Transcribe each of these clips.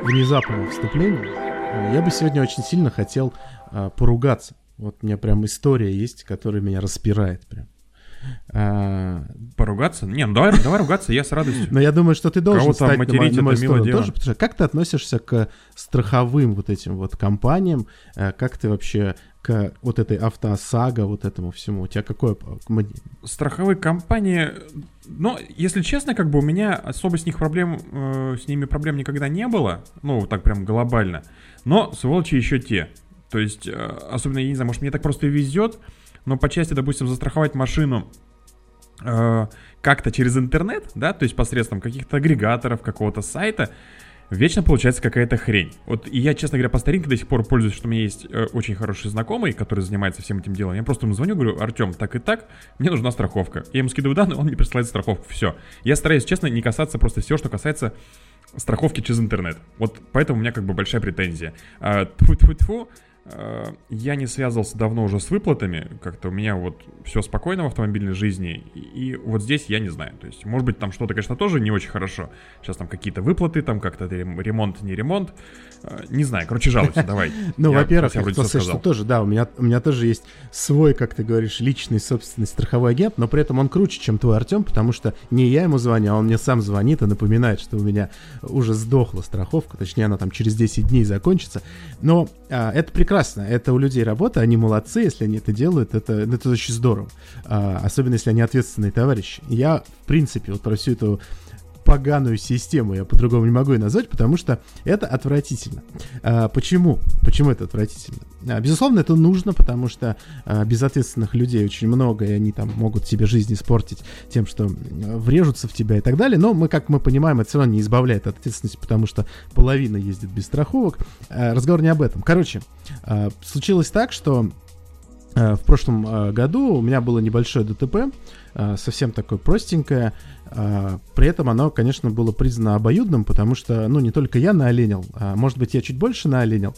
внезапного вступления. Я бы сегодня очень сильно хотел поругаться. Вот у меня прям история есть, которая меня распирает прям. Поругаться? Не, ну давай ругаться, я с радостью. Но я думаю, что ты должен стать на мою сторону дело. тоже, потому что как ты относишься к страховым вот этим вот компаниям, как ты вообще к вот этой автосага, вот этому всему, у тебя какое мнение? Страховые компании, ну, если честно, как бы у меня особо с ними проблем никогда не было, ну, так прям глобально, но сволочи еще те, то есть, особенно, я не знаю, может, мне так просто везет, но по части, допустим, застраховать машину как-то через интернет, да, то есть посредством каких-то агрегаторов, какого-то сайта, вечно получается какая-то хрень. Вот и я, честно говоря, по старинке до сих пор пользуюсь, что у меня есть очень хороший знакомый, который занимается всем этим делом. Я просто ему звоню, говорю: Артем, так и так, мне нужна страховка. Я ему скидываю данные, он мне присылает страховку, все. Я стараюсь, честно, не касаться просто всего, что касается страховки через интернет. Вот поэтому у меня как бы большая претензия. Тьфу-тьфу-тьфу. Я не связывался давно уже с выплатами. Как-то у меня вот все спокойно в автомобильной жизни. И вот здесь я не знаю. То есть, может быть, там что-то, конечно, тоже не очень хорошо. Сейчас там какие-то выплаты, там как-то ремонт, не ремонт. Не знаю, короче, жалуйся, давай. Ну, во-первых, я хотел сказать, что тоже, да, у меня тоже есть свой, как ты говоришь, личный собственный страховой агент, но при этом он круче, чем твой Артем, потому что не я ему звоню, а он мне сам звонит и напоминает, что у меня уже сдохла страховка, точнее, она там через 10 дней закончится. Но это прекрасно. Это у людей работа, они молодцы, если они это делают, это очень здорово. Особенно, если они ответственные товарищи. Я, в принципе, вот про всю эту поганую систему я по-другому не могу ее назвать, потому что это отвратительно. Почему? Почему это отвратительно? Безусловно, это нужно, потому что безответственных людей очень много, и они там могут себе жизнь испортить тем, что врежутся в тебя и так далее. Но мы, как мы понимаем, это все равно не избавляет от ответственности, потому что половина ездит без страховок. Разговор не об этом. Короче, случилось так, что в прошлом году у меня было небольшое ДТП, совсем такое простенькое. При этом оно, конечно, было признано обоюдным, потому что, ну, не только я наоленил, может быть, я чуть больше наоленил,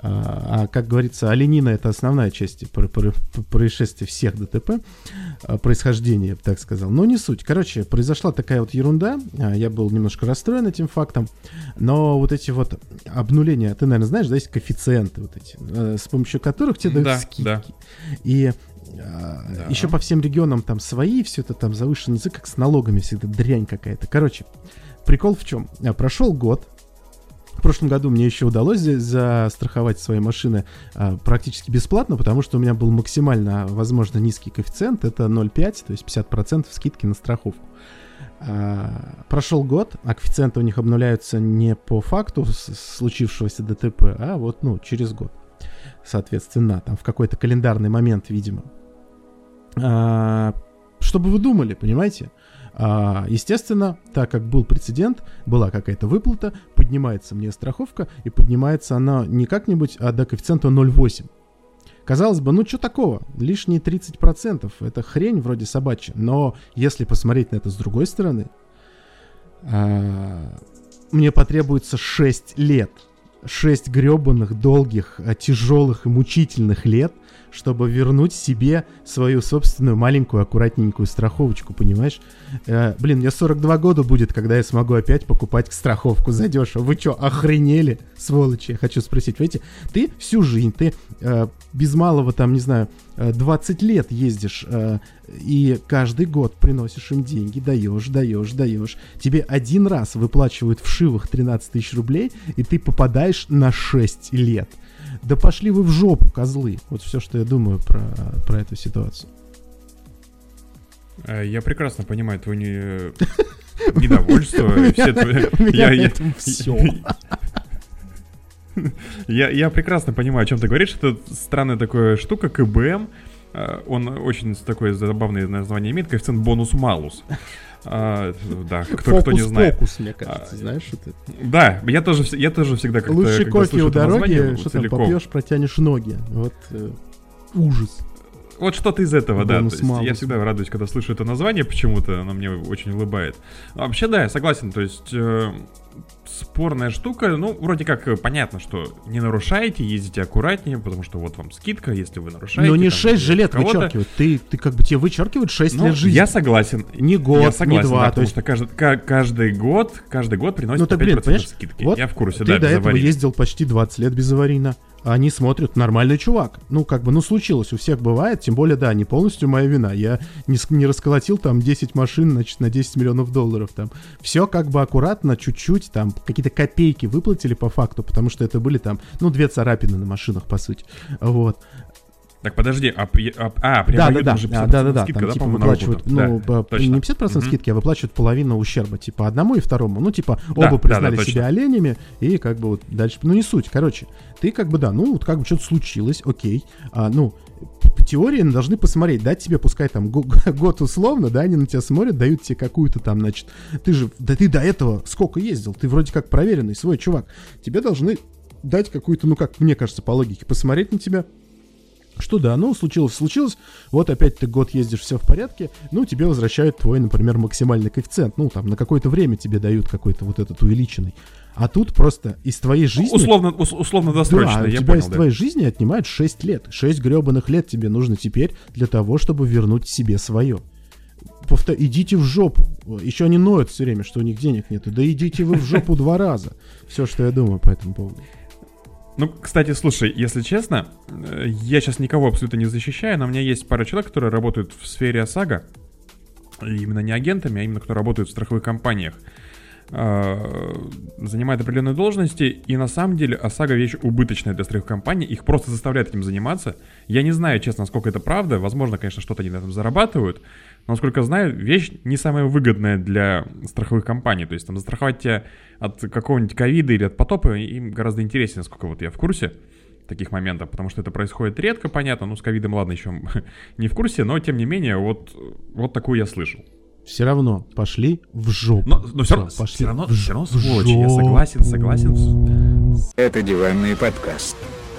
как говорится, оленина — это основная часть происшествий всех ДТП, происхождения, я бы так сказал, но не суть. Короче, произошла такая вот ерунда, я был немножко расстроен этим фактом, но вот эти вот обнуления, ты, наверное, знаешь, да, есть коэффициенты вот эти, с помощью которых тебе дают скидки. Да. И еще по всем регионам там свои, все это там завышено, не знаю, как с налогами всегда дрянь какая-то. Короче, прикол в чем? Прошел год. В прошлом году мне еще удалось застраховать свои машины практически бесплатно, потому что у меня был максимально, возможно, низкий коэффициент. Это 0,5, то есть 50% скидки на страховку. Прошел год, а коэффициенты у них обнуляются не по факту случившегося ДТП, а вот, ну, через год. Соответственно, там в какой-то календарный момент, видимо. Что бы вы думали, понимаете? Естественно, так как был прецедент, была какая-то выплата, поднимается мне страховка, и поднимается она не как-нибудь, а до коэффициента 0,8. Казалось бы, ну что такого? Лишние 30%. Это хрень вроде собачья. Но если посмотреть на это с другой стороны, мне потребуется 6 лет. 6 гребаных, долгих, тяжелых и мучительных лет, чтобы вернуть себе свою собственную маленькую, аккуратненькую страховочку, понимаешь? Мне 42 года будет, когда я смогу опять покупать страховку задешево. Вы что, охренели, сволочи? Я хочу спросить, видите, ты всю жизнь, ты без малого, там, не знаю, 20 лет ездишь, и каждый год приносишь им деньги, даешь. Тебе один раз выплачивают вшивых 13 тысяч рублей, и ты попадаешь на 6 лет. Да пошли вы в жопу, козлы. Вот все, что я думаю про эту ситуацию. Я прекрасно понимаю твое недовольство. Я прекрасно понимаю, о чем ты говоришь. Это странная такая штука, КБМ. Он очень такое забавное название имеет, коэффициент бонус-малус. Да, кто не знает. Фокус, мне кажется, знаешь, что это? Да, я тоже всегда как-то... Лучше кофе у дороги, что там попьешь, протянешь ноги. Вот ужас. Вот что-то из этого, да. То есть я всегда радуюсь, когда слышу это название почему-то, оно мне очень улыбает. Вообще, да, я согласен, то есть спорная штука, ну, вроде как понятно, что не нарушаете, ездите аккуратнее, потому что вот вам скидка, если вы нарушаете. Но не 6 же лет вычеркивают, ты как бы тебе вычеркивают 6 лет жизни. Я согласен. Не год, я согласен, не 2. Да, потому что каждый год приносит 5% скидки. Вот я в курсе, ты да, до без этого аварии. ездил почти 20 лет безаварийно. Они смотрят, нормальный чувак. Ну, как бы, ну, случилось, у всех бывает. Тем более, да, не полностью моя вина. Я не расколотил там 10 машин, значит, на 10 миллионов долларов там. Все как бы аккуратно, чуть-чуть, там, какие-то копейки выплатили по факту, потому что это были там, ну, 2 царапины на машинах, по сути. Вот. Так, подожди, при обоюдном же 50% скидка, там, да, типа, по-моему, выплачивают, на ну, да, не 50% скидки, а выплачивают половину ущерба, типа, одному и второму. Ну, типа, оба признали себя оленями, и как бы вот дальше, ну, не суть, короче. Ты как бы, да, ну, вот как бы что-то случилось, окей, ну, по теории должны посмотреть, дать тебе, пускай там год условно, да, они на тебя смотрят, дают тебе какую-то там, значит, ты до этого сколько ездил, ты вроде как проверенный свой чувак, тебе должны дать какую-то, ну, как мне кажется, по логике, посмотреть на тебя, что да, ну, случилось, вот опять ты год ездишь, все в порядке, ну, тебе возвращают твой, например, максимальный коэффициент, ну, там, на какое-то время тебе дают какой-то вот этот увеличенный, а тут просто из твоей жизни... Условно-досрочно, да, я тебя понял, из твоей жизни отнимают 6 лет, 6 гребаных лет тебе нужно теперь для того, чтобы вернуть себе свое. Идите в жопу. Еще они ноют все время, что у них денег нету. Да идите вы в жопу 2 раза. Все, что я думаю по этому поводу. Ну, кстати, слушай, если честно, я сейчас никого абсолютно не защищаю, но у меня есть пара человек, которые работают в сфере ОСАГО, именно не агентами, а именно кто работает в страховых компаниях, занимает определенные должности, и на самом деле ОСАГО вещь убыточная для страховых компаний, их просто заставляют этим заниматься. Я не знаю, честно, насколько это правда, возможно, конечно, что-то они на этом зарабатывают, но, насколько знаю, вещь не самая выгодная для страховых компаний, то есть там застраховать тебя от какого-нибудь ковида или от потопа им гораздо интереснее, насколько вот я в курсе таких моментов, потому что это происходит редко, понятно, ну с ковидом, ладно, еще не в курсе, но тем не менее, вот такую я слышал. Все равно пошли в жопу. Но все равно сволочи, я согласен. Это диванный подкаст.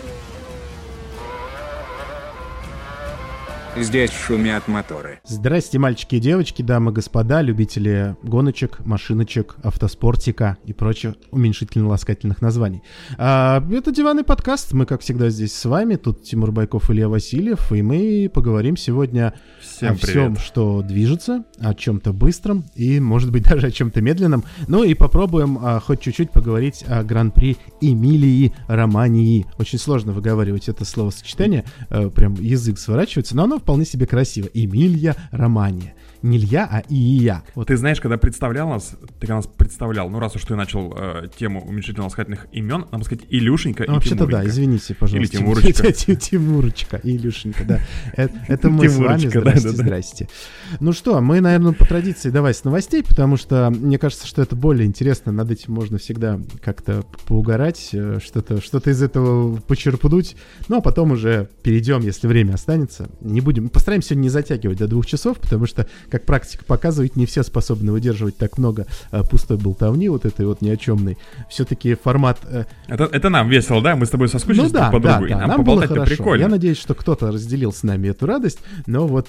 Здесь шумят моторы. Здрасте, мальчики и девочки, дамы и господа, любители гоночек, машиночек, автоспортика и прочих уменьшительно-ласкательных названий. Это диванный подкаст, мы, как всегда, здесь с вами. Тут Тимур Байков, Илья Васильев, и мы поговорим сегодня о всем, что движется, о чем-то быстром и, может быть, даже о чем-то медленном. Ну и попробуем хоть чуть-чуть поговорить о гран-при Эмилии-Романьи. Очень сложно выговаривать это словосочетание, прям язык сворачивается, но оно вполне себе красиво. Эмилия-Романья. Не Илья, а Ия. Вот ты знаешь, когда представлял нас, ну раз уж ты начал тему уменьшительно-ласкательных имен, надо сказать Илюшенька и вообще-то Тимурочка. Да, извините, пожалуйста. Или Тимурочка. Тимурочка и Илюшенька, да. Это мы с вами, здрасте. Ну что, мы, наверное, по традиции давай с новостей, потому что мне кажется, что это более интересно, над этим можно всегда как-то поугарать, что-то из этого почерпнуть, ну а потом уже перейдем, если время останется. Постараемся не затягивать до 2 часов, потому что, как практика показывает, не все способны выдерживать так много пустой болтовни, вот этой вот ни о чемной. Все-таки формат... Это нам весело, да? Мы с тобой соскучились друг по другу, и нам было хорошо. Прикольно. Я надеюсь, что кто-то разделил с нами эту радость, но вот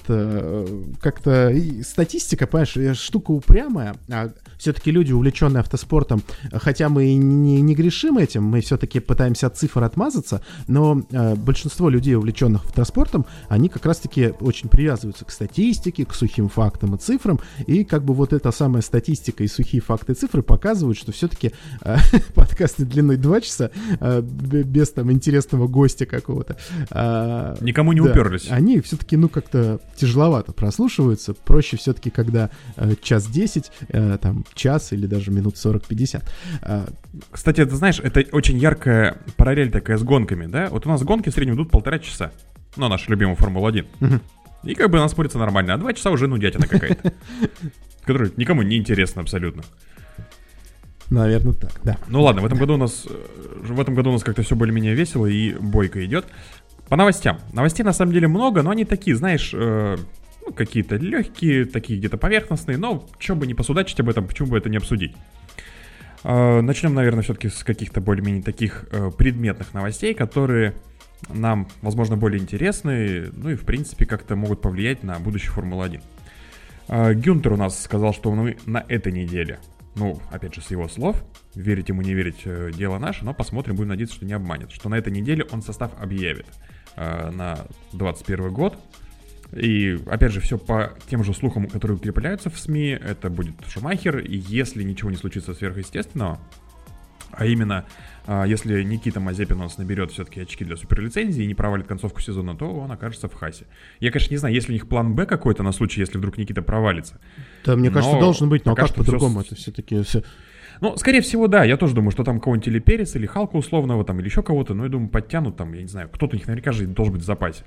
как-то статистика, понимаешь, штука упрямая, а все-таки люди, увлеченные автоспортом, хотя мы и не грешим этим, мы все-таки пытаемся от цифр отмазаться, но большинство людей, увлеченных автоспортом, они как раз-таки очень привязываются к статистике, к сухим фактам и цифрам, и как бы вот эта самая статистика и сухие факты и цифры показывают, что все-таки подкасты длиной 2 часа без там интересного гостя какого-то. Никому не уперлись. Они все-таки, как-то тяжеловато прослушиваются. Проще все-таки, когда час 10, там, час или даже минут 40-50. Кстати, ты знаешь, это очень яркая параллель такая с гонками, да? Вот у нас гонки в среднем идут 1,5 часа. Ну, наша любимая Формула-1. И как бы она смотрится нормально, а 2 часа уже нудятина какая-то, которая никому не интересна абсолютно. Наверное, так, да. Ну ладно, в этом году у нас как-то все более-менее весело и бойко идет. По новостям. Новостей на самом деле много, но они такие, знаешь, какие-то легкие, такие где-то поверхностные, но что бы не посудачить об этом, почему бы это не обсудить. Начнем, наверное, все-таки с каких-то более-менее таких предметных новостей, которые нам, возможно, более интересны, ну и, в принципе, как-то могут повлиять на будущее Формулы-1. Гюнтер у нас сказал, что мы на этой неделе, ну, опять же, с его слов, верить ему, не верить, дело наше, но посмотрим, будем надеяться, что не обманет, что на этой неделе он состав объявит на 2021 год. И, опять же, все по тем же слухам, которые укрепляются в СМИ, это будет Шумахер, и если ничего не случится сверхъестественного, а именно, если Никита Мазепин у нас наберет все-таки очки для суперлицензии и не провалит концовку сезона, то он окажется в Хасе. Я, конечно, не знаю, есть ли у них план Б какой-то на случай, если вдруг Никита провалится. Да, мне кажется, должен быть, но как по-другому это все-таки... Ну, скорее всего, да, я тоже думаю, что там кого-нибудь или Переса, или Халка условного, там, или еще кого-то, но я думаю, подтянут там, я не знаю, кто-то у них наверняка же должен быть в запасе.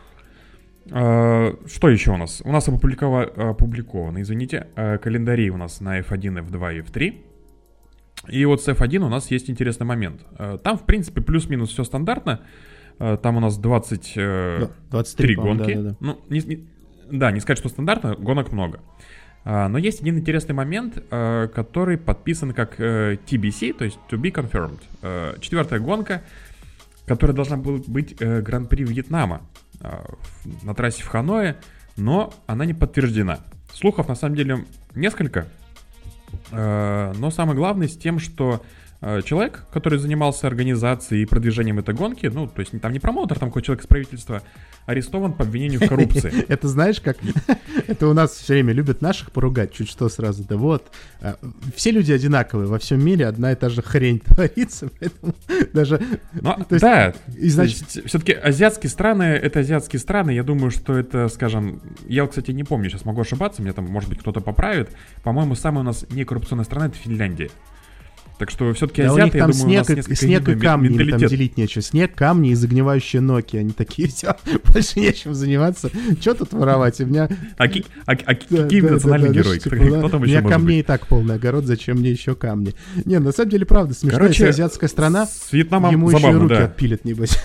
Что еще у нас? У нас опубликованы, календари у нас на F1, F2 и F3. И вот с F1 у нас есть интересный момент. Там, в принципе, плюс-минус все стандартно. Там у нас 23 гонки. Да. Ну, не сказать, что стандартно, гонок много. Но есть один интересный момент, который подписан как TBC, то есть To Be Confirmed. 4-я гонка, которая должна была быть Гран-при Вьетнама на трассе в Ханое, но она не подтверждена. Слухов, на самом деле, несколько. Но самое главное с тем, что человек, который занимался организацией и продвижением этой гонки, ну, то есть там не промоутер, там какой-то человек из правительства, арестован по обвинению в коррупции. Это знаешь как? Это у нас все время любят наших поругать, чуть что сразу. Да вот, все люди одинаковые, во всем мире одна и та же хрень творится, поэтому даже... Да, все-таки азиатские страны, это азиатские страны, я думаю, что это, скажем, я, кстати, не помню, сейчас могу ошибаться, мне там, может быть, кто-то поправит, по-моему, самая у нас некоррупционная страна — это Финляндия. Так что все-таки да, азиаты, я думаю, снег, у нас несколько снег и камни, им там делить нечего. Снег, камни и загнивающие Nokia. Они такие, все, больше нечем заниматься. Что тут воровать? У меня... Какие национальный герой? Типа, у меня камней и так полный огород, зачем мне еще камни? Не, на самом деле, правда, смешно, если азиатская страна, с Вьетнамом ему забавно, еще руки да. отпилят, небось.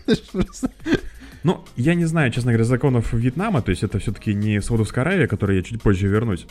Ну, я не знаю, честно говоря, законов Вьетнама, то есть это все-таки не Саудовская Аравия, к которой я чуть позже вернусь.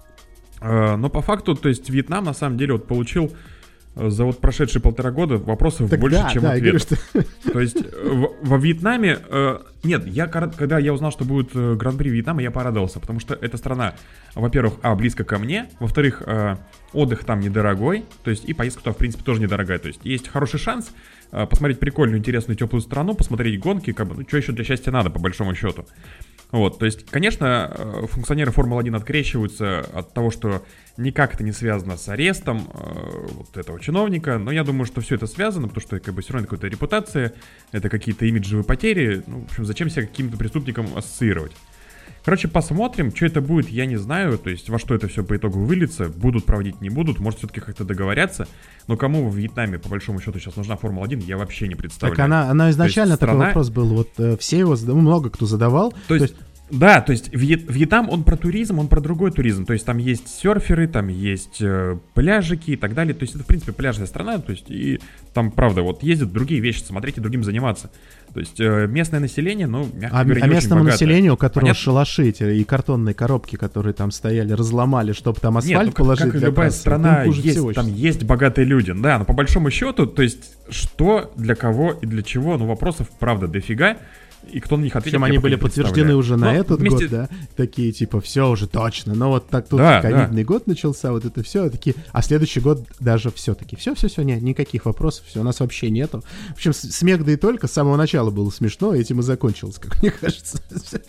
Но по факту, то есть Вьетнам на самом деле вот получил за вот прошедшие 1,5 года вопросов так больше, чем ответов. То есть во Вьетнаме... Нет, когда я узнал, что будет Гран-при Вьетнама, я порадовался, потому что эта страна, во-первых, близко ко мне, во-вторых, отдых там недорогой, то есть и поездка туда, в принципе, тоже недорогая. То есть есть хороший шанс посмотреть прикольную, интересную, теплую страну, посмотреть гонки, как бы, ну, что еще для счастья надо, по большому счету. Вот, то есть, конечно, функционеры Формулы-1 открещиваются от того, что никак это не связано с арестом вот этого чиновника, но я думаю, что все это связано, потому что как бы все равно какая-то репутация, это какие-то имиджевые потери, ну, в общем, зачем себя каким-то преступником ассоциировать. Короче, посмотрим, что это будет, я не знаю, то есть во что это все по итогу выльется, будут проводить, не будут, может все-таки как-то договорятся, но кому в Вьетнаме, по большому счету, сейчас нужна Формула-1, я вообще не представляю. Так она изначально такой вопрос был, вот все его, много кто задавал. То есть да, то есть Вьетнам, он про туризм, он про другой туризм, то есть там есть серферы, там есть пляжики и так далее, то есть это, в принципе, пляжная страна, то есть и там, правда, вот ездят другие вещи смотреть и другим заниматься. То есть местное население, ну, мягко говоря, не местному очень населению, у которого шалаши и картонные коробки, которые там стояли, разломали, чтобы там асфальт положить. Как любая страна, там есть богатые люди, да, но по большому счету, то есть что, для кого и для чего, ну, вопросов, правда, дофига. И кто на них ответит, они были подтверждены уже на этот год, да? Такие, типа, все уже точно. Но вот так тут ковидный год начался, вот это все, такие. А следующий год даже все-таки. Все, нет, никаких вопросов, все, у нас вообще нету. В общем, смех да и только с самого начала было смешно, и этим и закончилось, как мне кажется.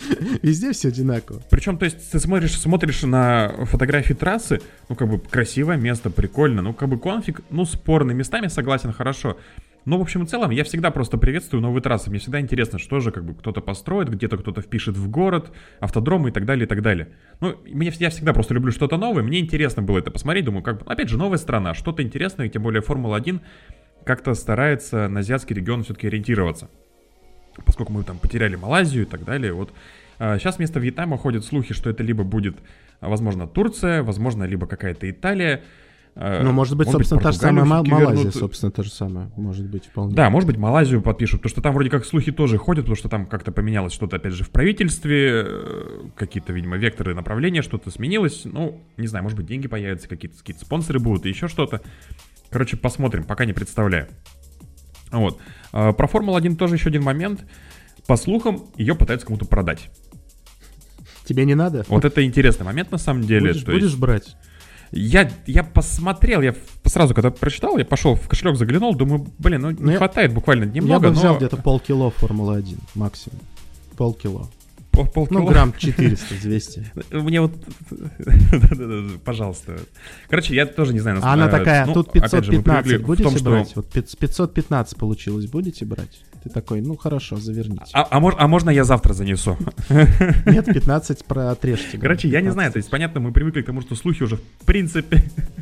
Везде все одинаково. Причем, то есть, ты смотришь на фотографии трассы, ну, как бы, красивое место, прикольно, ну, как бы, конфиг, ну, спорный, местами согласен, хорошо. Но, в общем и целом, я всегда просто приветствую новые трассы. Мне всегда интересно, что же как бы кто-то построит, где-то кто-то впишет в город, автодромы и так далее, и так далее. Ну, я всегда просто люблю что-то новое. Мне интересно было это посмотреть. Думаю, как бы, опять же, новая страна, что-то интересное, тем более Формула-1 как-то старается на азиатский регион все-таки ориентироваться. Поскольку мы там потеряли Малайзию и так далее. Вот сейчас вместо Вьетнама ходят слухи, что это либо будет, возможно, Турция, возможно, либо какая-то Италия. Ну, может быть, собственно, та же самая Малайзия, собственно, то же самое, может быть, вполне. Да, может быть, Малайзию подпишут, потому что там вроде как слухи тоже ходят, потому что там как-то поменялось что-то, опять же, в правительстве, какие-то, видимо, векторы направления, что-то сменилось, ну, не знаю, может быть, деньги появятся, какие-то спонсоры будут и еще что-то. Короче, посмотрим, пока не представляю. Вот. Про Формулу-1 тоже еще один момент. По слухам, ее пытаются кому-то продать. Тебе не надо? Вот это интересный момент на самом деле. Будешь брать? Я посмотрел, я сразу, когда прочитал, я пошел в кошелек, заглянул, думаю, не хватает буквально немного. Я бы взял где-то полкило Формулы-1 максимум. Полкило. Полкило? Ну, грамм 400-200. Мне вот... Пожалуйста. Короче, я тоже не знаю. Она такая, тут 515 будете брать? Вот 515 получилось, будете брать? Ты такой, ну хорошо, заверните. А можно я завтра занесу? Нет, 15 отрежьте. Короче, я не знаю, то есть, понятно, мы привыкли к тому, что слухи уже в принципе...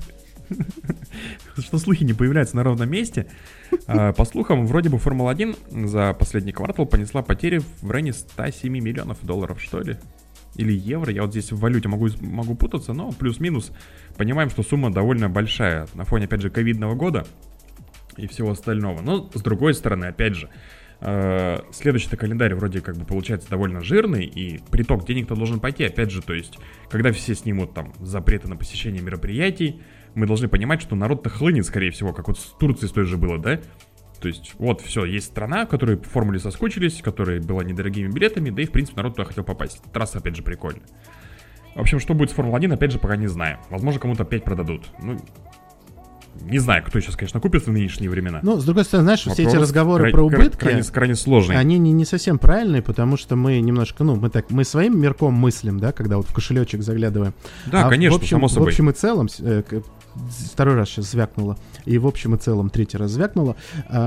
Что слухи не появляются на ровном месте. По слухам, вроде бы Формула-1 за последний квартал понесла потери в районе $107 миллионов, что ли. Или евро. Я вот здесь в валюте могу путаться, но плюс-минус понимаем, что сумма довольно большая на фоне, опять же, ковидного года и всего остального. Но, с другой стороны, опять же, следующий-то календарь вроде как бы получается довольно жирный, и приток денег-то должен пойти, опять же, то есть, когда все снимут там запреты на посещение мероприятий, мы должны понимать, что народ-то хлынет, скорее всего, как вот с Турцией с той же было, да? То есть, вот, все, есть страна, в которой в формуле соскучились, которая была недорогими билетами, да и, в принципе, народ туда хотел попасть. Трасса, опять же, прикольная. В общем, что будет с Формулой-1, опять же, пока не знаю. Возможно, кому-то опять продадут. Ну, не знаю, кто сейчас, конечно, купит в нынешние времена. Ну, с другой стороны, знаешь, все эти разговоры про убытки, крайне сложные. Они не совсем правильные, потому что мы немножко, мы своим мирком мыслим, да, когда вот в кошелечек заглядываем. Да, конечно, само собой. В общем и целом, второй раз сейчас звякнуло, и в общем и целом третий раз звякнуло.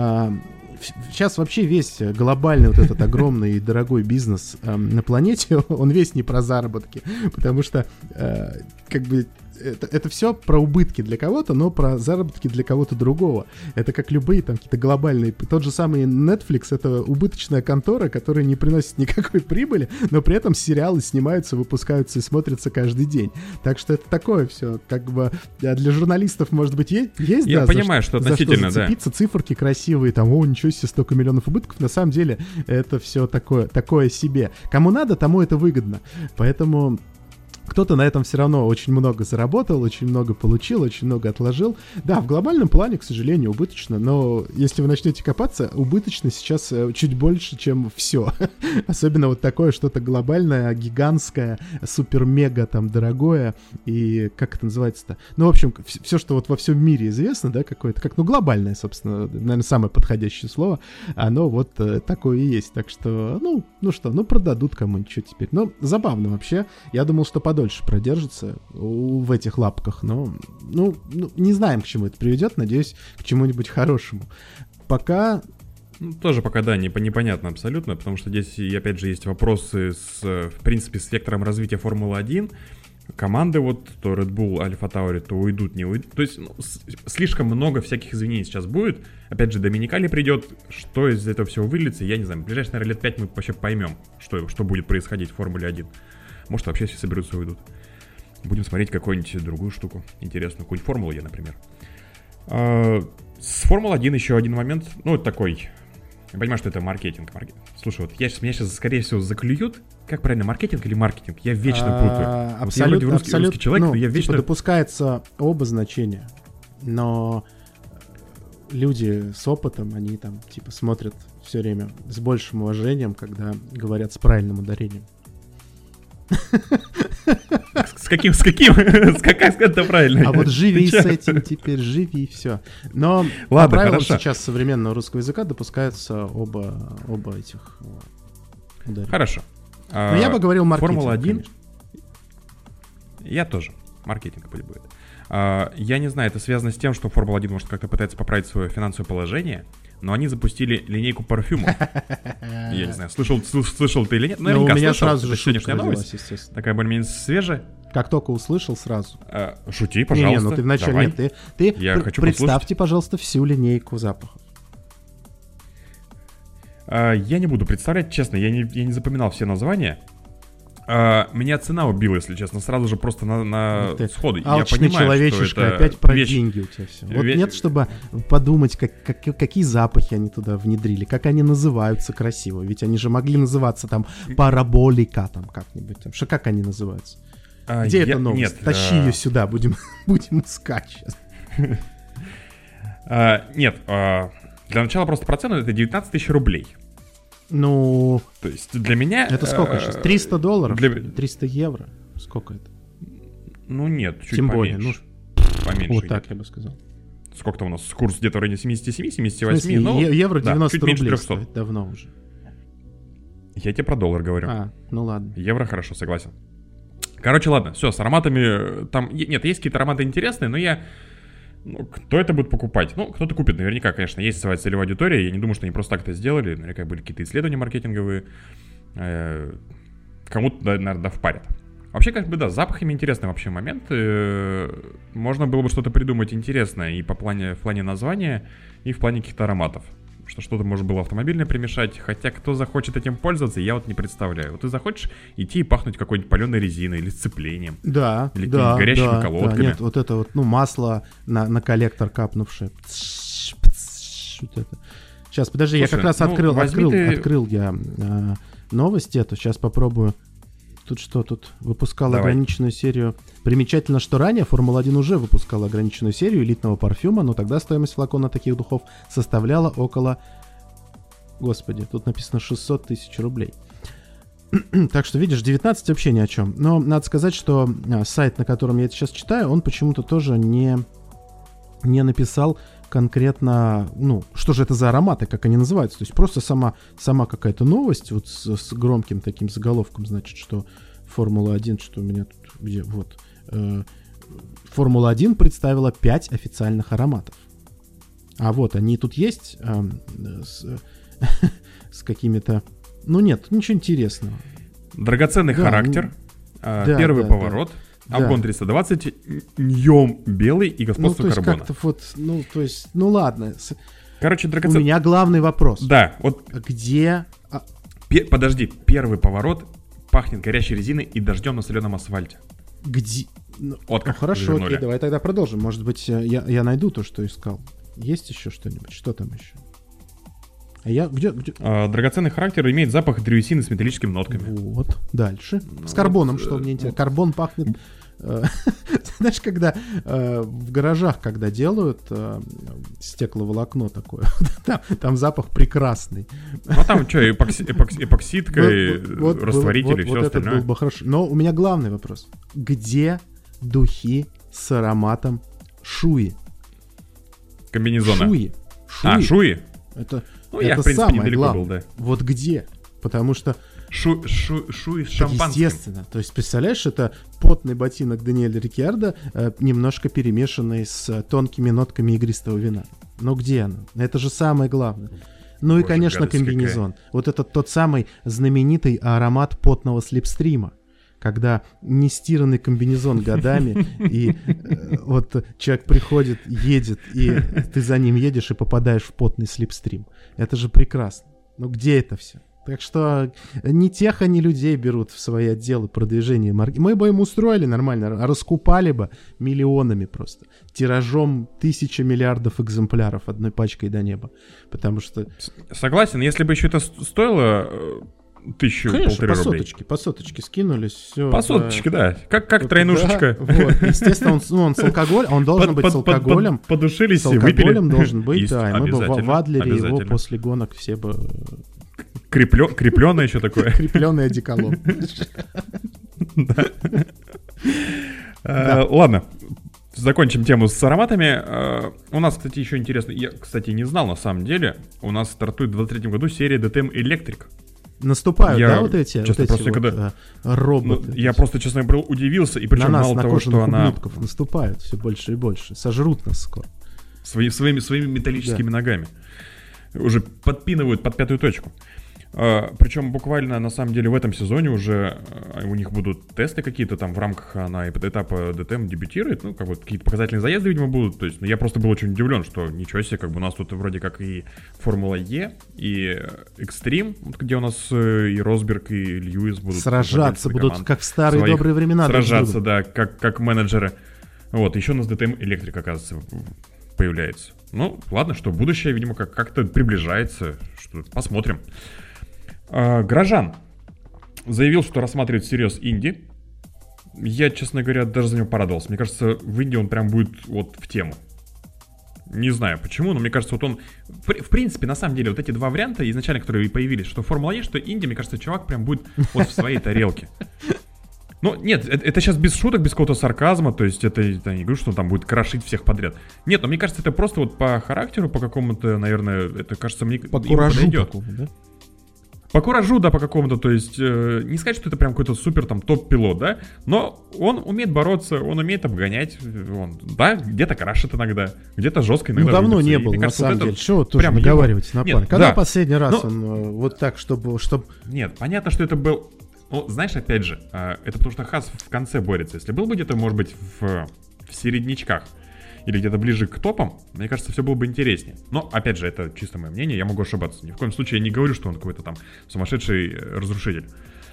Сейчас вообще весь глобальный вот этот огромный и дорогой бизнес на планете, он весь не про заработки, потому что как бы это все про убытки для кого-то, но про заработки для кого-то другого. Это как любые там какие-то глобальные... Тот же самый Netflix — это убыточная контора, которая не приносит никакой прибыли, но при этом сериалы снимаются, выпускаются и смотрятся каждый день. Так что это такое все, как бы для журналистов, может быть, есть я понимаю, что относительно, за что зацепиться, циферки красивые, там, ничего себе, столько миллионов убытков. На самом деле это все такое себе. Кому надо, тому это выгодно. Поэтому... Кто-то на этом все равно очень много заработал, очень много получил, очень много отложил. Да, в глобальном плане, к сожалению, убыточно, но если вы начнете копаться, убыточно сейчас чуть больше, чем все. Особенно вот такое что-то глобальное, гигантское, супер-мега там дорогое и как это называется-то? Ну, в общем, все, что вот во всем мире известно, да, какое-то, как, глобальное, собственно, наверное, самое подходящее слово, оно вот такое и есть. Так что, продадут кому-нибудь, что теперь. Но забавно вообще. Я думал, что подольше продержится в этих лапках, но не знаем, к чему это приведет, надеюсь, к чему-нибудь хорошему. Пока... Тоже пока, да, непонятно абсолютно, потому что здесь, опять же, есть вопросы в принципе, с вектором развития Формулы-1. Команды вот, то Red Bull, Alpha Tauri, то уйдут, не уйдут. То есть, слишком много всяких извинений сейчас будет. Опять же, Доминикали придет, что из этого всего выльется, я не знаю. В ближайшие, наверное, лет 5 мы вообще поймем, что будет происходить в Формуле 1. Может, вообще все соберутся и уйдут. Будем смотреть какую-нибудь другую штуку интересную. Какую-нибудь Формулу я, например. С Формулы-1 еще один момент. Ну, это такой... Я понимаю, что это маркетинг. Слушай, вот меня сейчас, скорее всего, заклюют. Как правильно, маркетинг или маркетинг? Я вечно путаю. Абсолютно, русский человек, но я вечно... допускается оба значения. Но люди с опытом, они там, смотрят все время с большим уважением, когда говорят с правильным ударением. С каким? Как это правильно? А вот живи с этим теперь, живи, все. Но ладно, по правилам хорошо. Сейчас современного русского языка допускаются оба этих ударения. Хорошо. Но я бы говорил маркетинг, Формула-1. конечно. Я тоже. Маркетинг будет. Я не знаю, это связано с тем, что Формула-1 может как-то пытается поправить свое финансовое положение, но они запустили линейку парфюмов. Я не знаю, слышал ты или нет? Наверняка у меня сразу же шутка родилась, естественно. Такая более-менее свежая. Как только услышал, сразу. Шути, пожалуйста. Не, ты вначале нет. Ты представьте, пожалуйста, всю линейку запахов. Я не буду представлять, честно, я не запоминал все названия. Меня цена убила, если честно, сразу же просто на сходу. Я понимаю, человечишка, что это опять про деньги у тебя все. Вот нет, чтобы подумать, какие запахи они туда внедрили, как они называются красиво. Ведь они же могли называться там параболика, там как-нибудь. Там. Как они называются? Где эта новость? Нет, Тащи ее сюда, будем искать сейчас. Нет, Для начала просто по цену это 19 тысяч рублей. Ну... То есть для меня... Это сколько сейчас? $300? 300 евро? Сколько это? Ну нет, чуть Тем поменьше. более, поменьше. Вот так я бы сказал. Сколько-то у нас курс где-то в районе 77-78. В смысле, ну, евро 90 чуть меньше рублей 300. стоит давно уже. Я тебе про доллар говорю. Ну ладно. Евро хорошо, согласен. Короче, ладно, все, с ароматами там... Нет, есть какие-то ароматы интересные, но я... Ну, кто это будет покупать? Ну, кто-то купит, наверняка, конечно, есть своя целевая аудитория. Я не думаю, что они просто так это сделали. Наверняка были какие-то исследования маркетинговые. Кому-то, наверное, впарят. Вообще, как бы, да, с запахами интересный вообще момент. Можно было бы что-то придумать интересное и в плане названия, и в плане каких-то ароматов. Что-то можно было автомобильное примешать. Хотя кто захочет этим пользоваться, я вот не представляю. Вот ты захочешь идти и пахнуть какой-нибудь паленой резиной или сцеплением. Да, или какими-нибудь горящими колодками. Да, нет, вот это вот, ну, масло на коллектор капнувшее. Вот это. Сейчас, подожди, слушай, я как раз открыл я новость эту. Сейчас попробую. Тут что? Тут выпускал ограниченную серию. Примечательно, что ранее Формула-1 уже выпускала ограниченную серию элитного парфюма, но тогда стоимость флакона таких духов составляла около... Господи, тут написано 600 тысяч рублей. Так что, видишь, 19 вообще ни о чем. Но надо сказать, что сайт, на котором я это сейчас читаю, он почему-то тоже не написал конкретно, ну, что же это за ароматы, как они называются. То есть просто сама какая-то новость вот с громким таким заголовком, значит, что Формула-1, что у меня тут, где, вот, Формула-1 представила 5 официальных ароматов. А вот они тут есть с какими-то... Ну нет, ничего интересного. Драгоценный характер, первый поворот. Обгон 320, Ньем белый и господство карбона. Как-то вот, ну, то есть, ну ладно. Короче, драгоценный... У меня главный вопрос. Да, вот... Где... Подожди, первый поворот пахнет горячей резиной и дождем на соленом асфальте. Где... Вот как хорошо, окей, давай тогда продолжим. Может быть, я найду то, что искал. Есть еще что-нибудь? Что там еще? А я... Где? Драгоценный характер имеет запах древесины с металлическими нотками. Вот, дальше. С карбоном, что мне интересно. Карбон пахнет... Знаешь, когда в гаражах, когда делают стекловолокно такое, там запах прекрасный. Ну там что, эпоксидка, растворитель и все остальное. Вот это было бы хорошо. Но у меня главный вопрос. Где духи с ароматом шуи? Комбинезона. Шуи. Шуи? Это я, в принципе, недалеко был, да. Вот где? Потому что Шуи с шампанским. Естественно. То есть, представляешь, это потный ботинок Даниэля Рикьярдо, немножко перемешанный с тонкими нотками игристого вина. Но где оно? Это же самое главное. Ну и, конечно, комбинезон. Какая. Вот это тот самый знаменитый аромат потного слипстрима. Когда нестиранный комбинезон годами, и вот человек приходит, едет, и ты за ним едешь и попадаешь в потный слипстрим. Это же прекрасно. Ну где это все? Так что не тех они людей берут в свои отделы продвижения марки. Мы бы им устроили нормально, раскупали бы миллионами просто. Тиражом 1000 миллиардов экземпляров одной пачкой до неба. Потому что... Согласен, если бы еще это стоило 1000-1500 рублей. По соточке скинулись. Все, по соточке, да. Как тройнушечка. Да, вот. Естественно, он с алкоголем, он должен быть с алкоголем. Подушились и выпили. С алкоголем должен быть, да. И мы бы в Адлере его после гонок все бы... Крепленное еще такое. Крепленный одеколон. Ладно, закончим тему с ароматами. У нас, кстати, еще интересно. Я, кстати, не знал на самом деле. У нас стартует в 2023 году серия DTM Electric. Наступают, да, вот эти роботы? Я просто, честно говоря, удивился. И причем мало того, что она... наступают все больше и больше. Сожрут нас скоро. Своими металлическими ногами. Уже подпинывают под пятую точку. Причем буквально на самом деле в этом сезоне уже у них будут тесты какие-то там в рамках, она этапа DTM дебютирует, ну, как бы какие-то показательные заезды, видимо, будут. То есть, я просто был очень удивлен, что ничего себе, как бы у нас тут вроде как и Формула Е, и Экстрим, где у нас и Росберг, и Льюис будут сражаться, будут как в старые добрые времена. Сражаться, да, как менеджеры. Вот, еще у нас DTM Electric, оказывается, появляется. Ну, ладно, что будущее, видимо, как-то приближается. Что посмотрим. Грожан заявил, что рассматривает всерьез инди. Я, честно говоря, даже за него порадовался. Мне кажется, в Индии он прям будет вот в тему. Не знаю почему, но мне кажется, вот он... В принципе, на самом деле, вот эти два варианта изначально, которые появились, что Формула-Е, что Инди, мне кажется, чувак прям будет вот в своей тарелке. Ну, нет, это сейчас без шуток, без какого-то сарказма, то есть это я не говорю, что он там будет крошить всех подряд. Нет, но мне кажется, это просто вот по характеру, по какому-то, наверное, это, кажется, мне по куражу подойдет. Такому, да? По куражу, да, по какому-то, то есть, не сказать, что это прям какой-то супер там топ-пилот, да, но он умеет бороться, он умеет обгонять, да, где-то крашит иногда, где-то жестко иногда. Ну, давно рубится. не было, на кажется, самом вот деле, чего тоже договаривайтесь на паре. Когда последний раз он вот так, чтобы... Нет, понятно, что это был... Ну, знаешь, опять же, это потому что Хаас в конце борется. Если был бы где-то, может быть, в середнячках или где-то ближе к топам, мне кажется, все было бы интереснее. Но, опять же, это чисто мое мнение, я могу ошибаться. Ни в коем случае я не говорю, что он какой-то там сумасшедший разрушитель.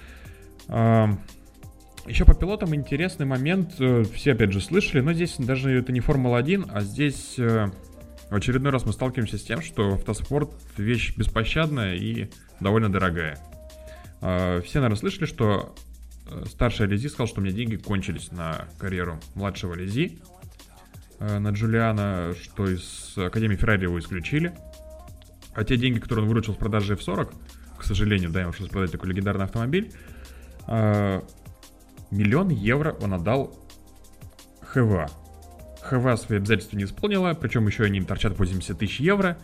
Еще по пилотам интересный момент. Все, опять же, слышали, но здесь даже это не Формула-1, а здесь в очередной раз мы сталкиваемся с тем, что автоспорт — вещь беспощадная и довольно дорогая. Все, наверное, слышали, что старший Ализи сказал, что у меня деньги кончились на карьеру младшего Ализи, на Джулиана, что из Академии Феррари его исключили. А те деньги, которые он выручил с продажи F40, к сожалению, да, ему пришлось продать такой легендарный автомобиль, 1 000 000 евро он отдал ХВА. ХВА свои обязательства не исполнила, причем еще они им торчат 80 000 евро.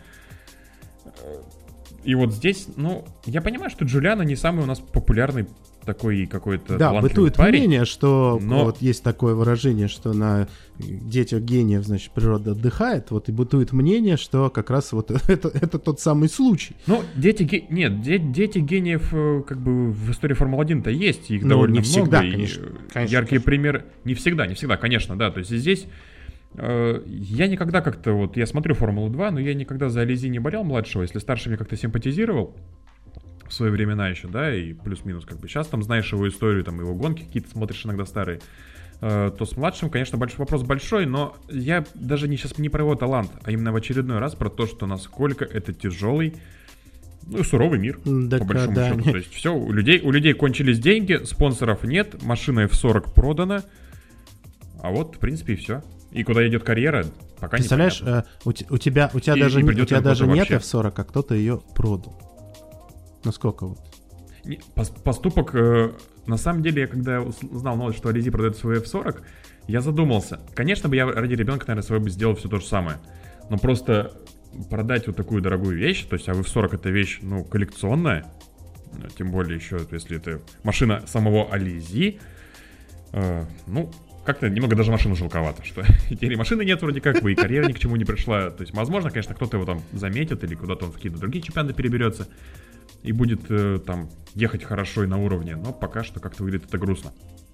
И вот здесь, ну, я понимаю, что Джулиано не самый у нас популярный такой какой-то да, талантливый бытует парень. мнение, что но... вот есть такое выражение, что на детях гениев, значит, природа отдыхает. Вот и бытует мнение, что как раз вот это тот самый случай. Ну, дети гениев как бы в истории Формулы-1-то есть, их довольно не много. Всегда, и конечно, яркие примеры. Не всегда, конечно, да. То есть здесь я никогда как-то, вот я смотрю Формулу-2, но я никогда за Ализи не болел младшего, если старший мне как-то симпатизировал в свои времена еще, да, и плюс-минус как бы сейчас там знаешь его историю, там его гонки какие-то смотришь иногда старые, то с младшим, конечно, вопрос большой, но я даже сейчас не про его талант, а именно в очередной раз про то, что насколько это тяжелый, ну и суровый мир, да, по большому да, счету. нет. То есть все, у людей кончились деньги, спонсоров нет, машина F40 продана, а вот, в принципе, и все. И куда идет карьера, пока не понятно. Представляешь, у тебя даже нет F40, а кто-то ее продал. Насколько вот? Поступок, на самом деле, я когда знал новость, что Ализи продает свой F40, я задумался. Конечно бы я ради ребенка, наверное, своего бы сделал все то же самое. Но просто продать вот такую дорогую вещь, то есть, а F40 это вещь, ну, коллекционная, тем более еще, если это машина самого Ализи, ну, как-то немного даже машину жалковато, что теперь и машины нет вроде как бы, и карьера ни к чему не пришла. То есть, возможно, конечно, кто-то его там заметит или куда-то он в какие-то другие чемпионаты переберется и будет там ехать хорошо и на уровне, но пока что как-то выглядит это грустно.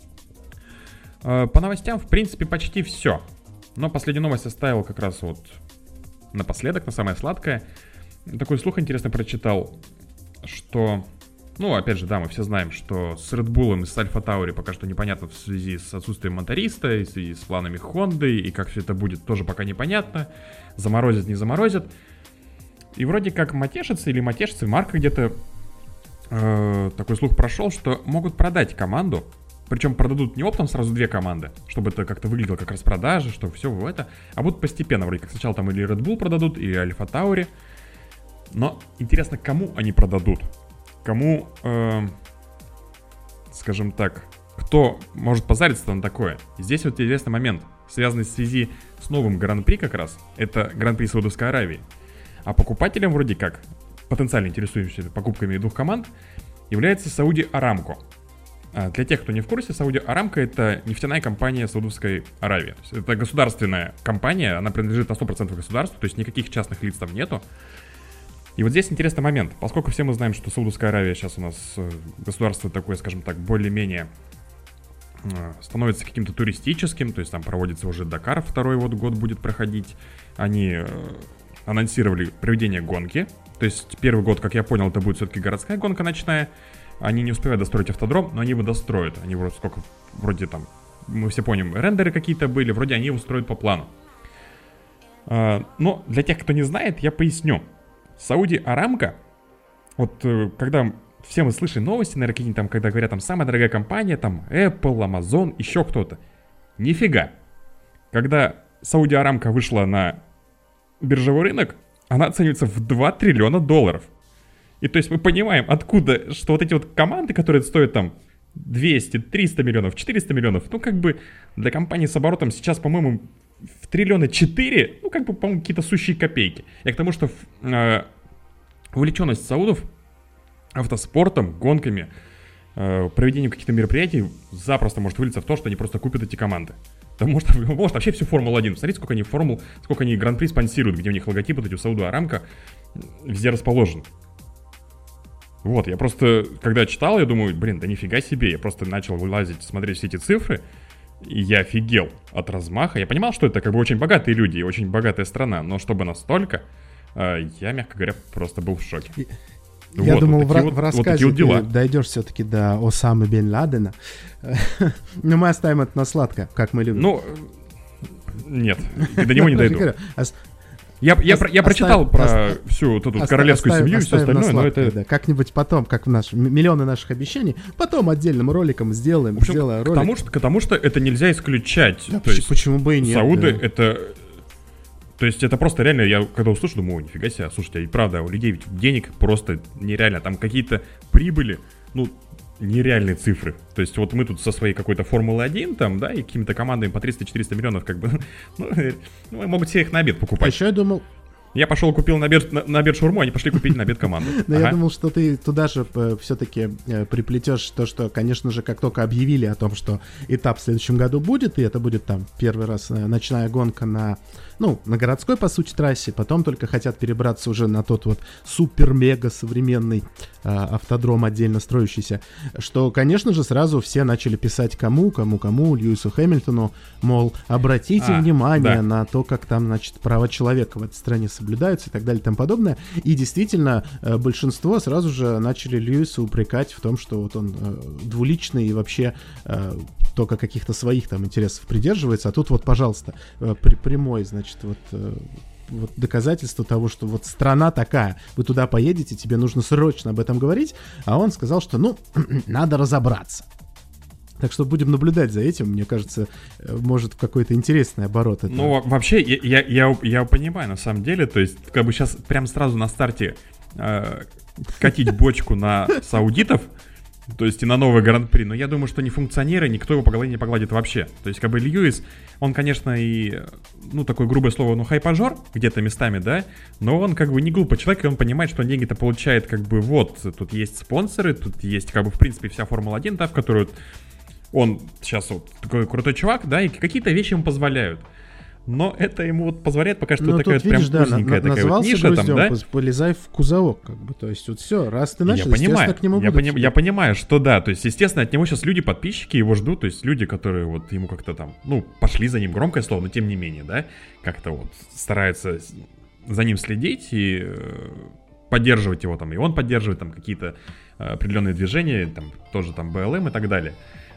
По новостям, в принципе, почти все. Но последнюю новость оставил как раз вот напоследок, на самое сладкое. Такой слух интересный прочитал, что... Ну, опять же, да, мы все знаем, что с Red Bull и с Alpha Tauri пока что непонятно в связи с отсутствием моториста, и в связи с планами Honda, и как все это будет, тоже пока непонятно. Заморозят, не заморозят. И вроде как матешицы, Марка где-то такой слух прошел, что могут продать команду. Причем продадут не оптом сразу 2 команды, чтобы это как-то выглядело как распродажа, что все в это. А будут постепенно, вроде как сначала там или Red Bull продадут, или Alpha Tauri. Но интересно, кому они продадут? Кому, скажем так, кто может позариться на такое? И здесь вот интересный момент, связанный в связи с новым Гран-при как раз. Это Гран-при Саудовской Аравии. А покупателем вроде как, потенциально интересующимся покупками 2 команд, является Saudi Aramco. Для тех, кто не в курсе, Saudi Aramco — это нефтяная компания Саудовской Аравии. То есть это государственная компания, она принадлежит на 100% государству, то есть никаких частных лиц там нету. И вот здесь интересный момент, поскольку все мы знаем, что Саудовская Аравия сейчас у нас государство такое, скажем так, более-менее становится каким-то туристическим, то есть там проводится уже Дакар, 2-й вот год будет проходить. Они анонсировали проведение гонки, то есть 1-й год, как я понял, это будет все-таки городская гонка ночная. Они не успевают достроить автодром, но они его достроят. Они вроде там, мы все помним, рендеры какие-то были, вроде они его строят по плану. Но для тех, кто не знает, я поясню. Saudi Aramco, вот когда все мы слышали новости, наверное, какие-нибудь там, когда говорят, там, самая дорогая компания, там, Apple, Amazon, еще кто-то. Нифига. Когда Saudi Aramco вышла на биржевой рынок, она оценивается в $2 триллиона. И то есть мы понимаем, откуда, что вот эти вот команды, которые стоят там 200, 300 миллионов, 400 миллионов, ну как бы для компании с оборотом сейчас, по-моему, в $4 триллиона, ну как бы, по-моему, какие-то сущие копейки. Я к тому, что увлеченность саудов автоспортом, гонками, проведением каких-то мероприятий запросто может вылиться в то, что они просто купят эти команды. Да может вообще всю Формулу-1. Смотрите, сколько они Гран-при спонсируют, где у них логотип, вот эти у Сауду Арамко везде расположен. Вот, я просто, когда читал, я думаю, да нифига себе. Я просто начал вылазить, смотреть все эти цифры, и я офигел от размаха. Я понимал, что это как бы очень богатые люди и очень богатая страна, но чтобы настолько, я, мягко говоря, просто был в шоке. Я думал, в рассказе ты дойдешь все-таки до Осамы бен Ладена. Но мы оставим это на сладко, как мы любим. Ну, нет, до него не дойду. Я прочитал про всю эту королевскую семью и все остальное, но это... Как-нибудь потом, как миллионы наших обещаний, потом отдельным роликом сделаем ролик. Потому что это нельзя исключать. Почему бы и нет? Сауды это... То есть это просто реально, я когда услышу, думаю, нифига себе, слушайте, и правда, у людей ведь денег просто нереально, там какие-то прибыли, ну, нереальные цифры. То есть вот мы тут со своей какой-то Формулы-1 там, да, и какими-то командами по 300-400 миллионов, как бы, ну, могут себе их на обед покупать. А еще я думал... Я пошел купил на обед шаурму, они пошли купить на обед команду. Но я думал, что ты туда же все-таки приплетешь то, что, конечно же, как только объявили о том, что этап в следующем году будет, и это будет там первый раз ночная гонка на городской, по сути, трассе, потом только хотят перебраться уже на тот вот супер-мега современный автодром, отдельно строящийся, что, конечно же, сразу все начали писать кому, Льюису Хэмилтону, мол, обратите внимание на то, как там, значит, права человека в этой стране соблюдаются и так далее и тому подобное. И действительно, большинство сразу же начали Льюиса упрекать в том, что вот он двуличный и вообще только каких-то своих там интересов придерживается. А тут вот, пожалуйста, прямой, значит, вот доказательство того, что вот страна такая, вы туда поедете, тебе нужно срочно об этом говорить, а он сказал, что, надо разобраться. Так что будем наблюдать за этим, мне кажется, может какой-то интересный оборот. Это... Ну, вообще, я понимаю, на самом деле, то есть, как бы сейчас прям сразу на старте катить бочку на саудитов, то есть и на новый Гран-при, но я думаю, что ни функционеры, никто его по голове не погладит вообще. То есть, как бы Льюис, он, конечно, и, такое грубое слово, хайпажор где-то местами, да, но он как бы не глупый человек, и он понимает, что он деньги-то получает, как бы, вот, тут есть спонсоры, тут есть, как бы, в принципе, вся Формула-1, да, в которую он сейчас вот такой крутой чувак, да, и какие-то вещи ему позволяют. Но это ему вот позволяет пока что такая вот прям узенькая такая вот ниша там, да? Полезай в кузовок, как бы, то есть вот все, раз ты начал, естественно, к нему будут. Я понимаю, что да, то есть, естественно, от него сейчас люди, подписчики его ждут, то есть люди, которые вот ему как-то там, пошли за ним, громкое слово, но тем не менее, да, как-то вот стараются за ним следить и поддерживать его там, и он поддерживает там какие-то определенные движения, там тоже там БЛМ и так далее.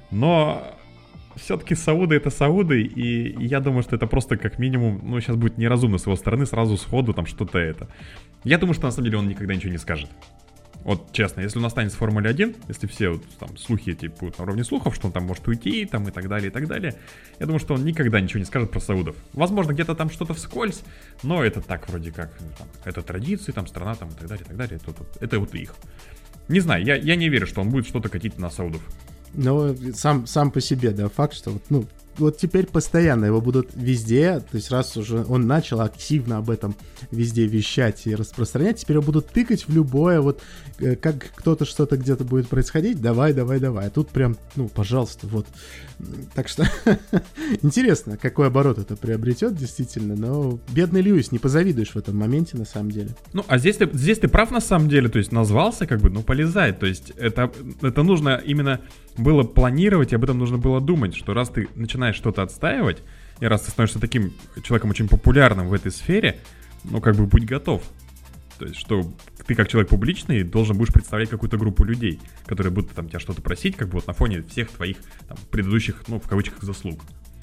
Но все-таки Сауды это Сауды, и я думаю, что это просто как минимум, сейчас будет неразумно с его стороны сразу сходу там что-то это. Я думаю, что на самом деле он никогда ничего не скажет. Вот честно, если он останется в Формуле 1, если все вот, там слухи эти будут на уровне слухов, что он там может уйти там, и так далее, я думаю, что он никогда ничего не скажет про саудов. Возможно, где-то там что-то вскользь, но это так вроде как, там, это традиции, там страна там и так далее, это вот их. Не знаю, я не верю, что он будет что-то катить на саудов. Но сам по себе, да, факт, что вот теперь постоянно его будут везде, то есть раз уже он начал активно об этом везде вещать и распространять, теперь его будут тыкать в любое, вот как кто-то что-то где-то будет происходить, давай, а тут прям, пожалуйста, вот. Так что интересно, какой оборот это приобретет, действительно, но бедный Льюис, не позавидуешь в этом моменте, на самом деле. А здесь ты прав, на самом деле, то есть назвался, как бы, полезай, то есть это нужно именно было планировать, и об этом нужно было думать, что раз ты начинаешь что-то отстаивать, и раз ты становишься таким человеком очень популярным в этой сфере, как бы будь готов. То есть, что ты как человек публичный должен будешь представлять какую-то группу людей, которые будут там тебя что-то просить, как бы вот на фоне всех твоих там предыдущих, в кавычках, заслуг.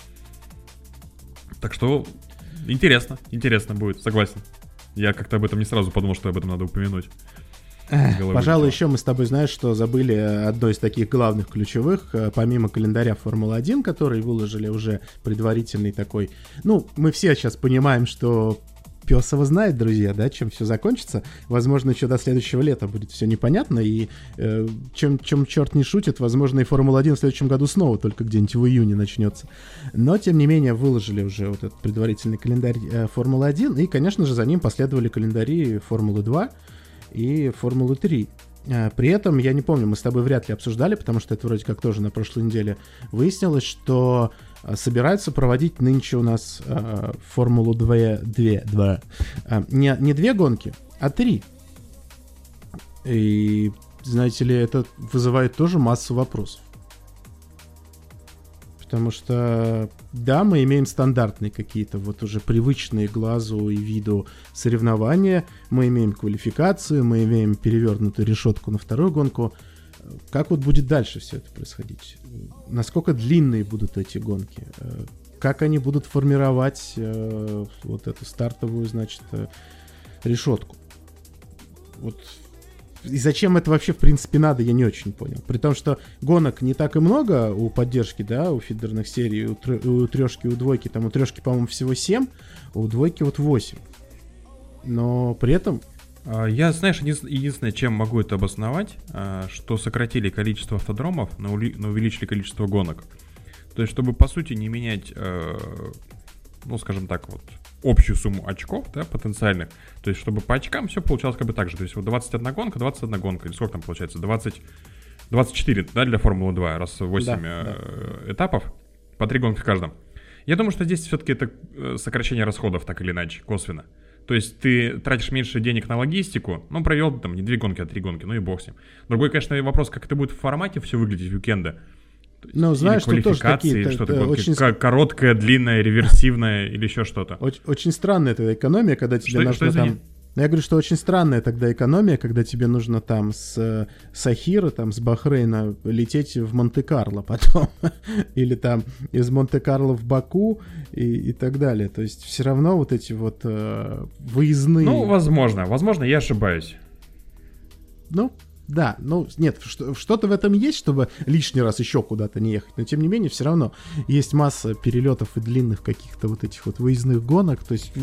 Так что интересно будет, согласен. Я как-то об этом не сразу подумал, что об этом надо упомянуть. Пожалуй, еще мы с тобой, знаешь, что забыли одно из таких главных ключевых, помимо календаря Формулы-1, который выложили уже предварительный такой, мы все сейчас понимаем, что пес его знает, друзья, да, чем все закончится. Возможно, еще до следующего лета будет все непонятно, и чем черт не шутит, возможно, и Формула-1 в следующем году снова только где-нибудь в июне начнется. Но, тем не менее, выложили уже вот этот предварительный календарь Формулы-1, и, конечно же, за ним последовали календари Формулы-2 и Формулы-3. При этом, я не помню, мы с тобой вряд ли обсуждали, потому что это вроде как тоже на прошлой неделе выяснилось, что собираются проводить нынче у нас Формулу 2, не 2 гонки, а 3. И, знаете ли, это вызывает тоже массу вопросов. Потому что, да, мы имеем стандартные какие-то вот уже привычные глазу и виду соревнования, мы имеем квалификацию, мы имеем перевернутую решетку на вторую гонку. Как вот будет дальше все это происходить? Насколько длинные будут эти гонки? Как они будут формировать вот эту стартовую, значит, решетку? Вот. И зачем это вообще, в принципе, надо, я не очень понял. При том, что гонок не так и много у поддержки, да, у фидерных серий, у трешки, у двойки, там у трешки, по-моему, всего 7, а у двойки вот 8. Но при этом... Я, знаешь, единственное, чем могу это обосновать, что сократили количество автодромов, но увеличили количество гонок. То есть, чтобы, по сути, не менять, ну, скажем так, вот, общую сумму очков, да, потенциальных. То есть, чтобы по очкам все получалось как бы так же. То есть, вот 21 гонка, или сколько там получается? 24, да, для Формулы 2, раз 8 этапов, по 3 гонки в каждом. Я думаю, что здесь все-таки это сокращение расходов, так или иначе, косвенно. То есть ты тратишь меньше денег на логистику, ну, провел там не 2 гонки, а 3 гонки, ну и бог с ним. Другой, конечно, вопрос, как это будет в формате все выглядеть в уикенды. Ну, знаешь, что тоже какие-то... Что-то очень... короткое, длинное, реверсивное или еще что-то. Очень странная тогда экономия, когда тебе нужно там... Я говорю, что очень странная тогда экономия, когда тебе нужно там с Ахира, там с Бахрейна лететь в Монте-Карло потом. Или там из Монте-Карло в Баку и так далее. То есть все равно вот эти вот выездные... Ну, возможно, я ошибаюсь. Ну, да, ну, нет, что-то в этом есть, чтобы лишний раз еще куда-то не ехать, но тем не менее все равно есть масса перелетов и длинных каких-то вот этих вот выездных гонок, то есть,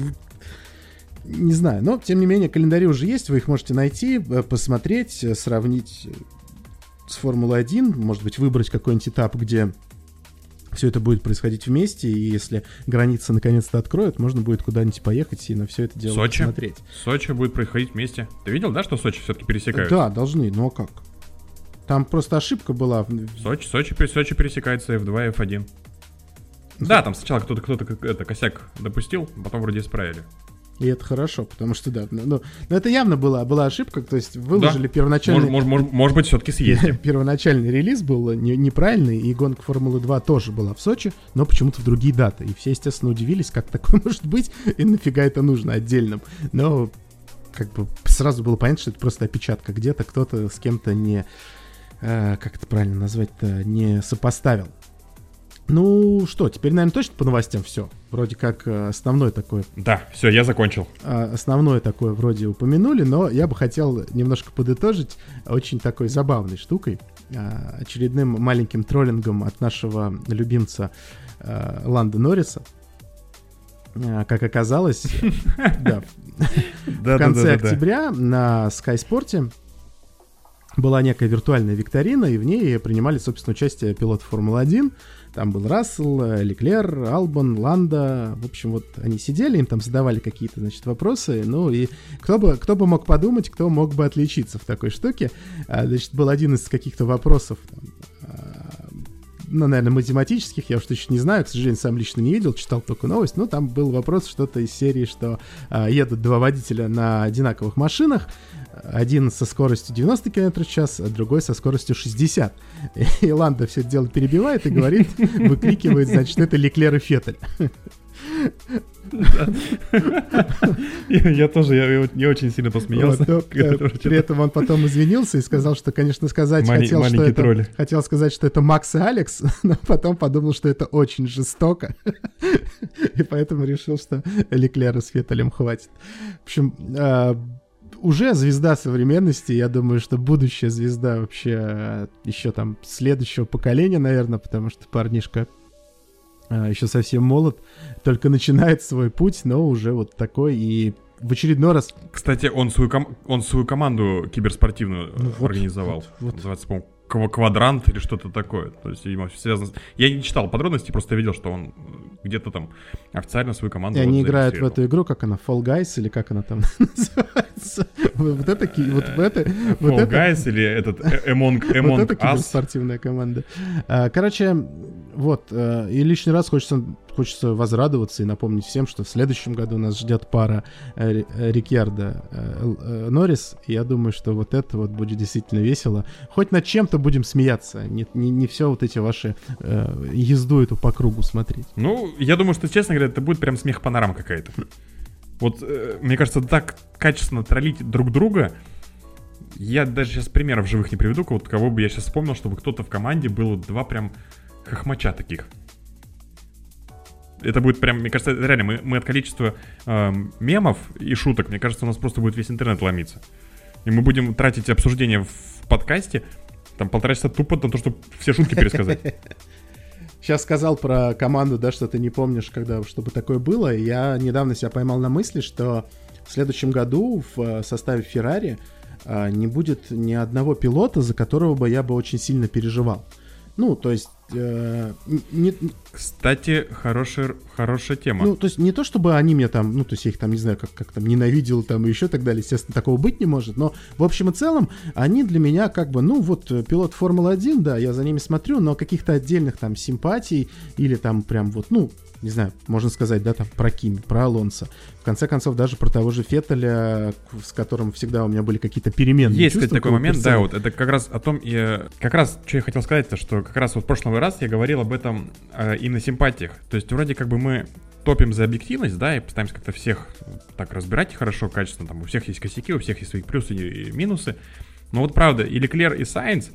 не знаю, но тем не менее календари уже есть, вы их можете найти, посмотреть, сравнить с Формулой-1, может быть, выбрать какой-нибудь этап, где все это будет происходить вместе, и если границы наконец-то откроют, можно будет куда-нибудь поехать и на все это дело посмотреть. Сочи будет происходить вместе. Ты видел, да, что Сочи все-таки пересекаются? Да, должны, но как? Там просто ошибка была. Сочи пересекается F2 и F1. Да, там сначала кто-то косяк допустил, потом вроде исправили. И это хорошо, потому что, да, но это явно была ошибка, то есть выложили первоначальный... Может быть, все-таки съездим. Первоначальный релиз был неправильный, и гонка Формулы 2 тоже была в Сочи, но почему-то в другие даты. И все, естественно, удивились, как такое может быть, и нафига это нужно отдельным. Но как бы сразу было понятно, что это просто опечатка. Где-то кто-то с кем-то не... Как это правильно назвать-то? Не сопоставил. Ну что, теперь, наверное, точно по новостям все. Вроде как основное такое... Да, все, я закончил. Основное такое вроде упомянули, но я бы хотел немножко подытожить очень такой забавной штукой. Очередным маленьким троллингом от нашего любимца Ландо Норриса. Как оказалось, в конце октября на Sky Sport была некая виртуальная викторина, и в ней принимали, собственно, участие пилоты Формулы-1. Там был Рассел, Леклер, Албон, Ландо. В общем, вот они сидели, им там задавали какие-то, значит, вопросы. Ну и кто бы мог подумать, кто мог бы отличиться в такой штуке. Значит, был один из каких-то вопросов, ну, наверное, математических, я уж точно не знаю, к сожалению, сам лично не видел, читал только новость, но там был вопрос что-то из серии, что едут два водителя на одинаковых машинах, один со скоростью 90 км в час, а другой со скоростью 60. И Ландо все это дело перебивает и говорит, выкрикивает, значит, это Леклер и Феттель. Я тоже, я очень сильно посмеялся. При этом он потом извинился и сказал, что, конечно, хотел сказать, что это Макс и Алекс, но потом подумал, что это очень жестоко. И поэтому решил, что Леклера с Феттелем хватит. В общем, уже звезда современности, я думаю, что будущая звезда вообще еще там следующего поколения, наверное, потому что парнишка еще совсем молод, только начинает свой путь, но уже вот такой, и в очередной раз... Кстати, он свою команду киберспортивную организовал. Вот. Называется, по-моему, Квадрант или что-то такое. То есть, видимо, связано... Я не читал подробности, просто видел, что он где-то там официально свою команду... И они играют в эту игру, как она, Fall Guys, или как она там называется? Вот это... Fall Guys или этот Among Us? Вот это киберспортивная команда. Короче, вот, и лишний раз хочется возрадоваться и напомнить всем, что в следующем году нас ждет пара Рикьярдо Норрис, и я думаю, что вот это вот будет действительно весело. Хоть над чем-то будем смеяться, не все вот эти ваши езду эту по кругу смотреть. Ну, я думаю, что, честно говоря, это будет прям смех-панорама какая-то. Вот, мне кажется, так качественно троллить друг друга. Я даже сейчас примеров живых не приведу, вот кого бы я сейчас вспомнил, чтобы кто-то в команде было два прям хохмача таких. Это будет прям, мне кажется, реально, мы от количества мемов и шуток, мне кажется, у нас просто будет весь интернет ломиться. И мы будем тратить обсуждение в подкасте, там 1,5 часа тупо на то, чтобы все шутки пересказать. Сейчас сказал про команду, да, что ты не помнишь, чтобы такое было. Я недавно себя поймал на мысли, что в следующем году в составе Ferrari не будет ни одного пилота, за которого бы я бы очень сильно переживал. Ну, то есть... Кстати, хорошая тема. Ну, то есть не то, чтобы они меня там, ну, то есть я их там, не знаю, как там ненавидел там и еще так далее, естественно, такого быть не может, но в общем и целом они для меня как бы, ну, вот пилот Формулы-1, да, я за ними смотрю, но каких-то отдельных там симпатий или там прям вот, ну, не знаю, можно сказать, да, там, про Кими, про Алонсо. В конце концов, даже про того же Феттеля, с которым всегда у меня были какие-то переменные есть, кстати, такой момент, да, вот это как раз о том, как раз, что я хотел сказать-то, что как раз вот в прошлый раз я говорил об этом и на симпатиях. То есть вроде как бы мы топим за объективность, да, и пытаемся как-то всех так разбирать хорошо, качественно, там у всех есть косяки, у всех есть свои плюсы и минусы. Но вот правда, и Леклер, и Сайнс,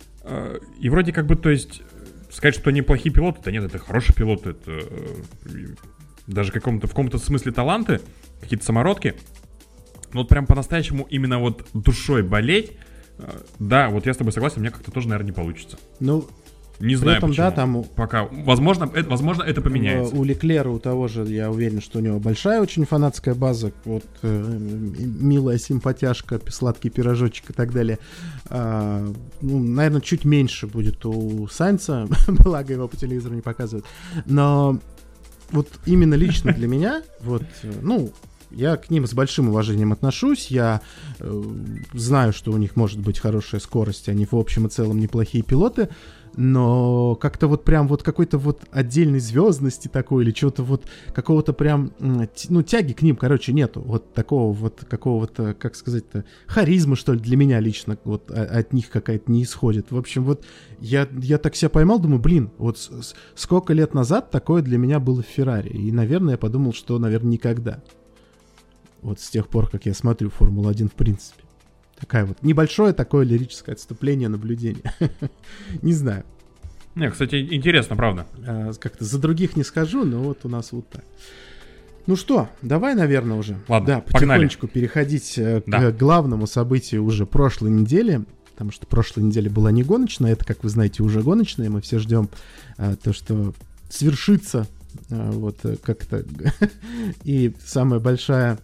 и вроде как бы, то есть... Сказать, что они плохие пилоты, да нет, это хорошие пилоты, это даже в каком-то смысле таланты, какие-то самородки. Но вот прям по-настоящему именно вот душой болеть, да, вот я с тобой согласен, мне как-то тоже, наверное, не получится. Ну, не знаю этом, почему. да, там... Пока. Возможно, это поменяется. У Леклера, у того же, я уверен, что у него большая очень фанатская база. Вот милая симпатяшка, сладкий пирожочек и так далее. Ну, наверное, чуть меньше будет у Сайнца. Благо его по телевизору не показывают. Но вот именно лично для меня, вот, ну... Я к ним с большим уважением отношусь, я знаю, что у них может быть хорошая скорость, они в общем и целом неплохие пилоты, но как-то вот прям вот какой-то вот отдельной звездности такой или чего-то вот, какого-то прям, ну, тяги к ним, короче, нету, вот такого вот, какого-то, как сказать-то, харизмы, что ли, для меня лично вот от них какая-то не исходит. В общем, вот я так себя поймал, думаю, блин, вот сколько лет назад такое для меня было в Феррари, и, наверное, я подумал, что, наверное, никогда. Вот с тех пор, как я смотрю Формулу-1 в принципе. Такая вот небольшое такое лирическое отступление, наблюдение. Не знаю. Не, кстати, интересно, правда. Как-то за других не скажу, но вот у нас вот так. Ну что, давай, наверное, уже. Ладно, да, потихонечку переходить к главному событию уже прошлой недели. Потому что прошлой неделе была не гоночная. Это, как вы знаете, уже гоночная. Мы все ждем то, что свершится. Вот как-то. И самое большое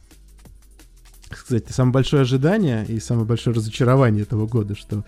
ожидание и самое большое разочарование этого года, что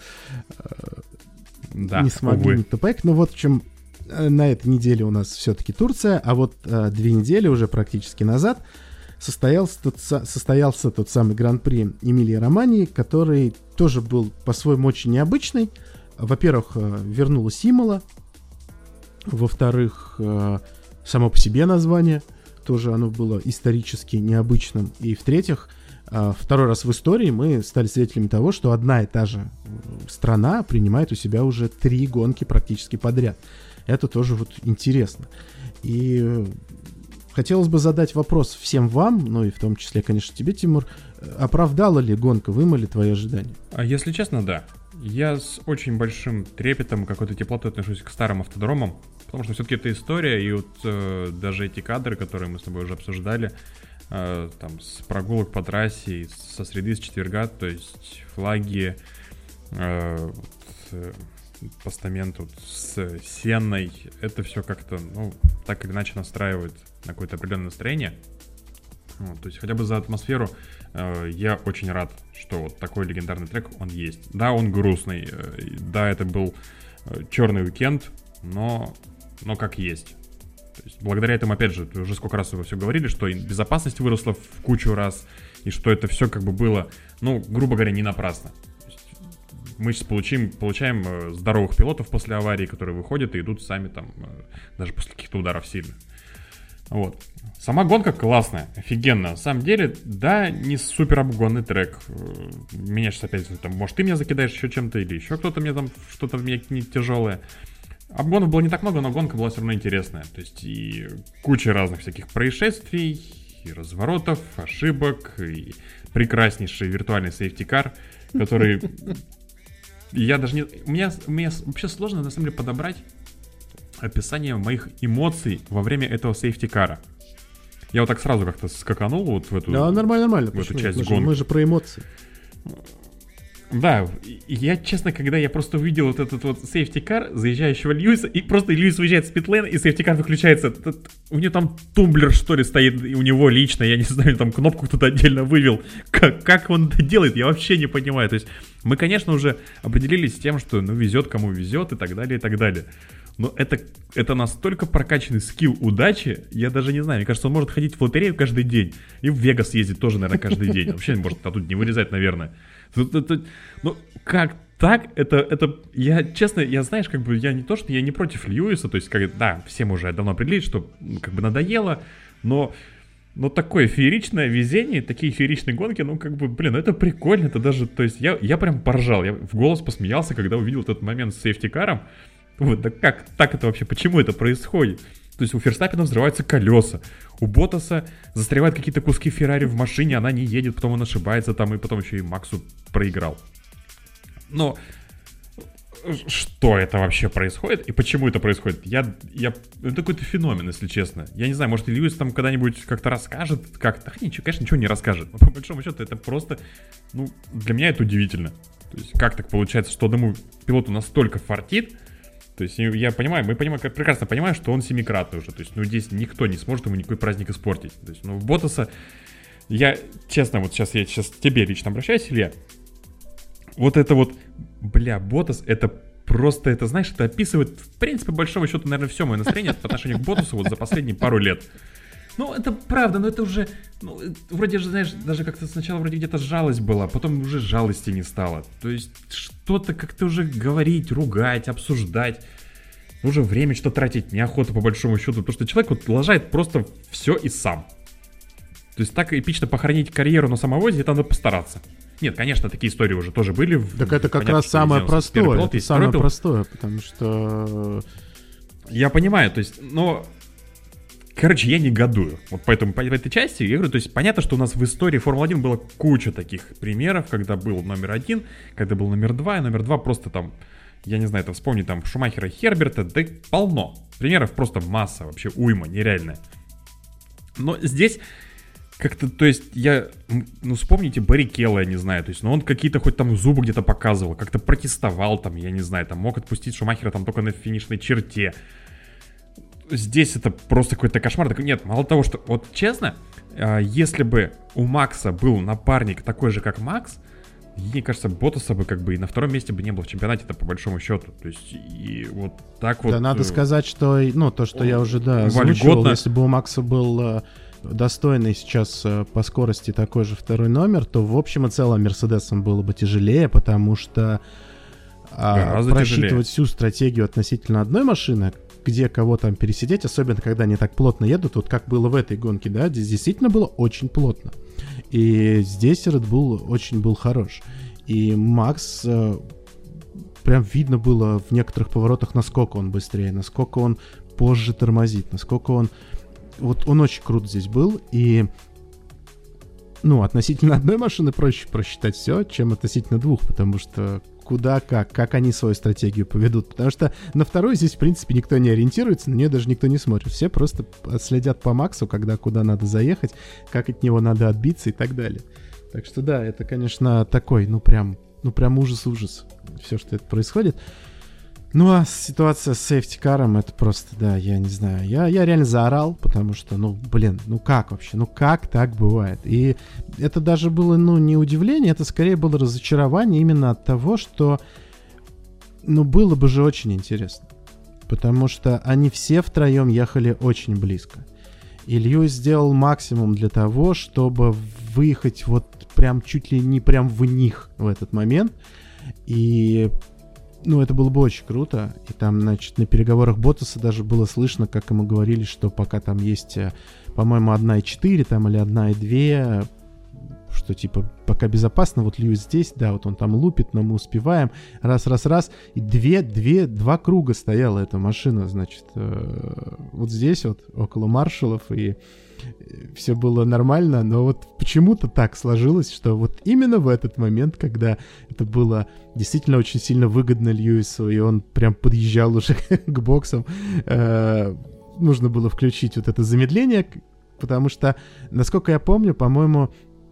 не смогли никто поехать. Но вот в чем на этой неделе у нас все-таки Турция, а вот 2 недели уже практически назад состоялся тот самый Гран-при Эмилии-Романьи, который тоже был по-своему очень необычный. Во-первых, вернулась Имола. Во-вторых, само по себе название тоже оно было исторически необычным. И в-третьих, второй раз в истории мы стали свидетелями того, что одна и та же страна принимает у себя уже 3 гонки практически подряд. Это тоже вот интересно. И хотелось бы задать вопрос всем вам, ну и в том числе, конечно, тебе, Тимур. Оправдала ли гонка в Имоле твои ожидания? Если честно, да. Я с очень большим трепетом, какой-то теплотой отношусь к старым автодромам, потому что все-таки это история, и вот даже эти кадры, которые мы с тобой уже обсуждали, там с прогулок по трассе, со среды, с четверга, то есть флаги, постамент вот с сенной, это все как-то, ну, так или иначе настраивает на какое-то определенное настроение. Вот, то есть хотя бы за атмосферу я очень рад, что вот такой легендарный трек, он есть. Да, он грустный, да, это был черный уикенд, но как есть. То есть благодаря этому, опять же, уже сколько раз вы все говорили, что безопасность выросла в кучу раз, и что это все как бы было, ну, грубо говоря, не напрасно. Мы сейчас получаем здоровых пилотов после аварии, которые выходят и идут сами там, даже после каких-то ударов сильных. Вот. Сама гонка классная, офигенно. На самом деле, да, не супер обгонный трек. Меня сейчас опять, там, может, ты меня закидаешь еще чем-то, или еще кто-то мне там что-то мне не тяжелое. Обгонов было не так много, но гонка была все равно интересная. То есть и куча разных всяких происшествий, и разворотов, ошибок, и прекраснейший виртуальный сейфти-кар, который... Я даже не... У меня вообще сложно, на самом деле, подобрать описание моих эмоций во время этого сейфти-кара. Я вот так сразу как-то скаканул вот в эту, да, нормально. В эту часть гонки. Мы же про эмоции. Да, я, честно, когда я просто увидел вот этот вот сейфти-кар, заезжающего Льюиса, и просто Льюис выезжает с питлейна, и сейфти-кар выключается. У него там тумблер, что ли, стоит, и у него лично, я не знаю, там кнопку кто-то отдельно вывел. Как он это делает, я вообще не понимаю. То есть мы, конечно, уже определились с тем, что, ну, везет кому везет, и так далее, и так далее. Но это настолько прокачанный скилл удачи, я даже не знаю. Мне кажется, он может ходить в лотерею каждый день. И в Вегас ездить тоже, наверное, каждый день. Вообще может оттуда не вылезать, наверное. Ну, как так? Это я, честно, я, знаешь, как бы, я не то, что я не против Льюиса. То есть, да, всем уже давно определили, что как бы надоело. Но такое фееричное везение, такие фееричные гонки, ну, как бы, блин, это прикольно. Это даже, то есть, я прям поржал. Я в голос посмеялся, когда увидел этот момент с сейфти-каром. Вот, да как так это вообще, почему это происходит? То есть у Ферстаппена взрываются колеса, у Боттаса застревают какие-то куски Феррари в машине, она не едет, потом он ошибается там, и потом еще и Максу проиграл. Но что это вообще происходит и почему это происходит? Это какой-то феномен, если честно. Я не знаю, может, Льюис там когда-нибудь как-то расскажет, как-то, конечно, ничего не расскажет, но по большому счету это просто, ну, для меня это удивительно. То есть как так получается, что одному пилоту настолько фартит. То есть мы прекрасно понимаем, что он семикратный уже. То есть, ну, здесь никто не сможет ему никакой праздник испортить. То есть, ну, Боттаса, я, честно, вот сейчас тебе лично обращаюсь, Илья. Вот это вот, Боттас, это просто, это, знаешь, это описывает, в принципе, по большому счету, наверное, все мое настроение по отношению к Боттасу вот за последние пару лет. Ну, это правда, но это уже, ну, вроде же, знаешь, даже как-то сначала вроде где-то жалость была, потом уже жалости не стало. То есть что-то как-то уже говорить, ругать, обсуждать. Уже время что-то тратить неохота по большому счету, потому что человек вот лажает просто все и сам. То есть так эпично похоронить карьеру на самовозе, это надо постараться. Нет, конечно, такие истории уже тоже были. Так это как раз самое простое, это самое простое, потому что... Я понимаю, то есть, но... Короче, я негодую. Вот поэтому по этой части, я говорю, то есть понятно, что у нас в истории Формулы-1 было куча таких примеров, когда был номер 1, когда был номер 2, и номер 2 просто там, я не знаю, это вспомни там Шумахера, Херберта, да полно. Примеров просто масса, вообще уйма, нереальная. Но здесь как-то, то есть вспомните Баррикелло, я не знаю, то есть, он какие-то хоть там зубы где-то показывал, как-то протестовал там, я не знаю, там мог отпустить Шумахера там только на финишной черте. Здесь это просто какой-то кошмар. Нет, мало того, что... Вот честно, если бы у Макса был напарник такой же, как Макс, мне кажется, Боттаса бы как бы и на втором месте бы не было в чемпионате-то по большому счету. То есть и вот так вот... Да, надо сказать, что... Ну, то, что я уже, озвучивал, если бы у Макса был достойный сейчас по скорости такой же второй номер, то в общем и целом Мерседесом было бы тяжелее, потому что просчитывать тяжелее всю стратегию относительно одной машины, где кого там пересидеть, особенно когда они так плотно едут, вот как было в этой гонке, да, здесь действительно было очень плотно. И здесь Red Bull очень был хорош. И Макс, прям видно было в некоторых поворотах, насколько он быстрее, насколько он позже тормозит, насколько он... Вот он очень крут здесь был, и... Ну, относительно одной машины проще просчитать все, чем относительно двух, потому что куда, как они свою стратегию поведут. Потому что на второй здесь, в принципе, никто не ориентируется, на нее даже никто не смотрит. Все просто следят по Максу, куда надо заехать, как от него надо отбиться и так далее. Так что да, это, конечно, такой, ну прям ужас-ужас, все, что это происходит. Ну, а ситуация с сейфтикаром, это просто, да, я не знаю. Я реально заорал, потому что, ну как вообще? Ну, как так бывает? И это даже было, не удивление, это скорее было разочарование именно от того, что, было бы же очень интересно. Потому что они все втроем ехали очень близко. И Льюис сделал максимум для того, чтобы выехать вот прям чуть ли не прям в них в этот момент. И... это было бы очень круто. И там, значит, на переговорах Боттаса даже было слышно, как ему говорили, что пока там есть, по-моему, 1.4 там или 1.2, что типа пока безопасно, вот Льюис здесь, да, вот он там лупит, но мы успеваем. Раз. И два круга стояла эта машина, значит, вот здесь вот, около маршалов, и все было нормально, но вот почему-то так сложилось, что вот именно в этот момент, когда это было действительно очень сильно выгодно Льюису, и он прям подъезжал уже к боксам, нужно было включить вот это замедление, потому что, насколько я помню, по-моему,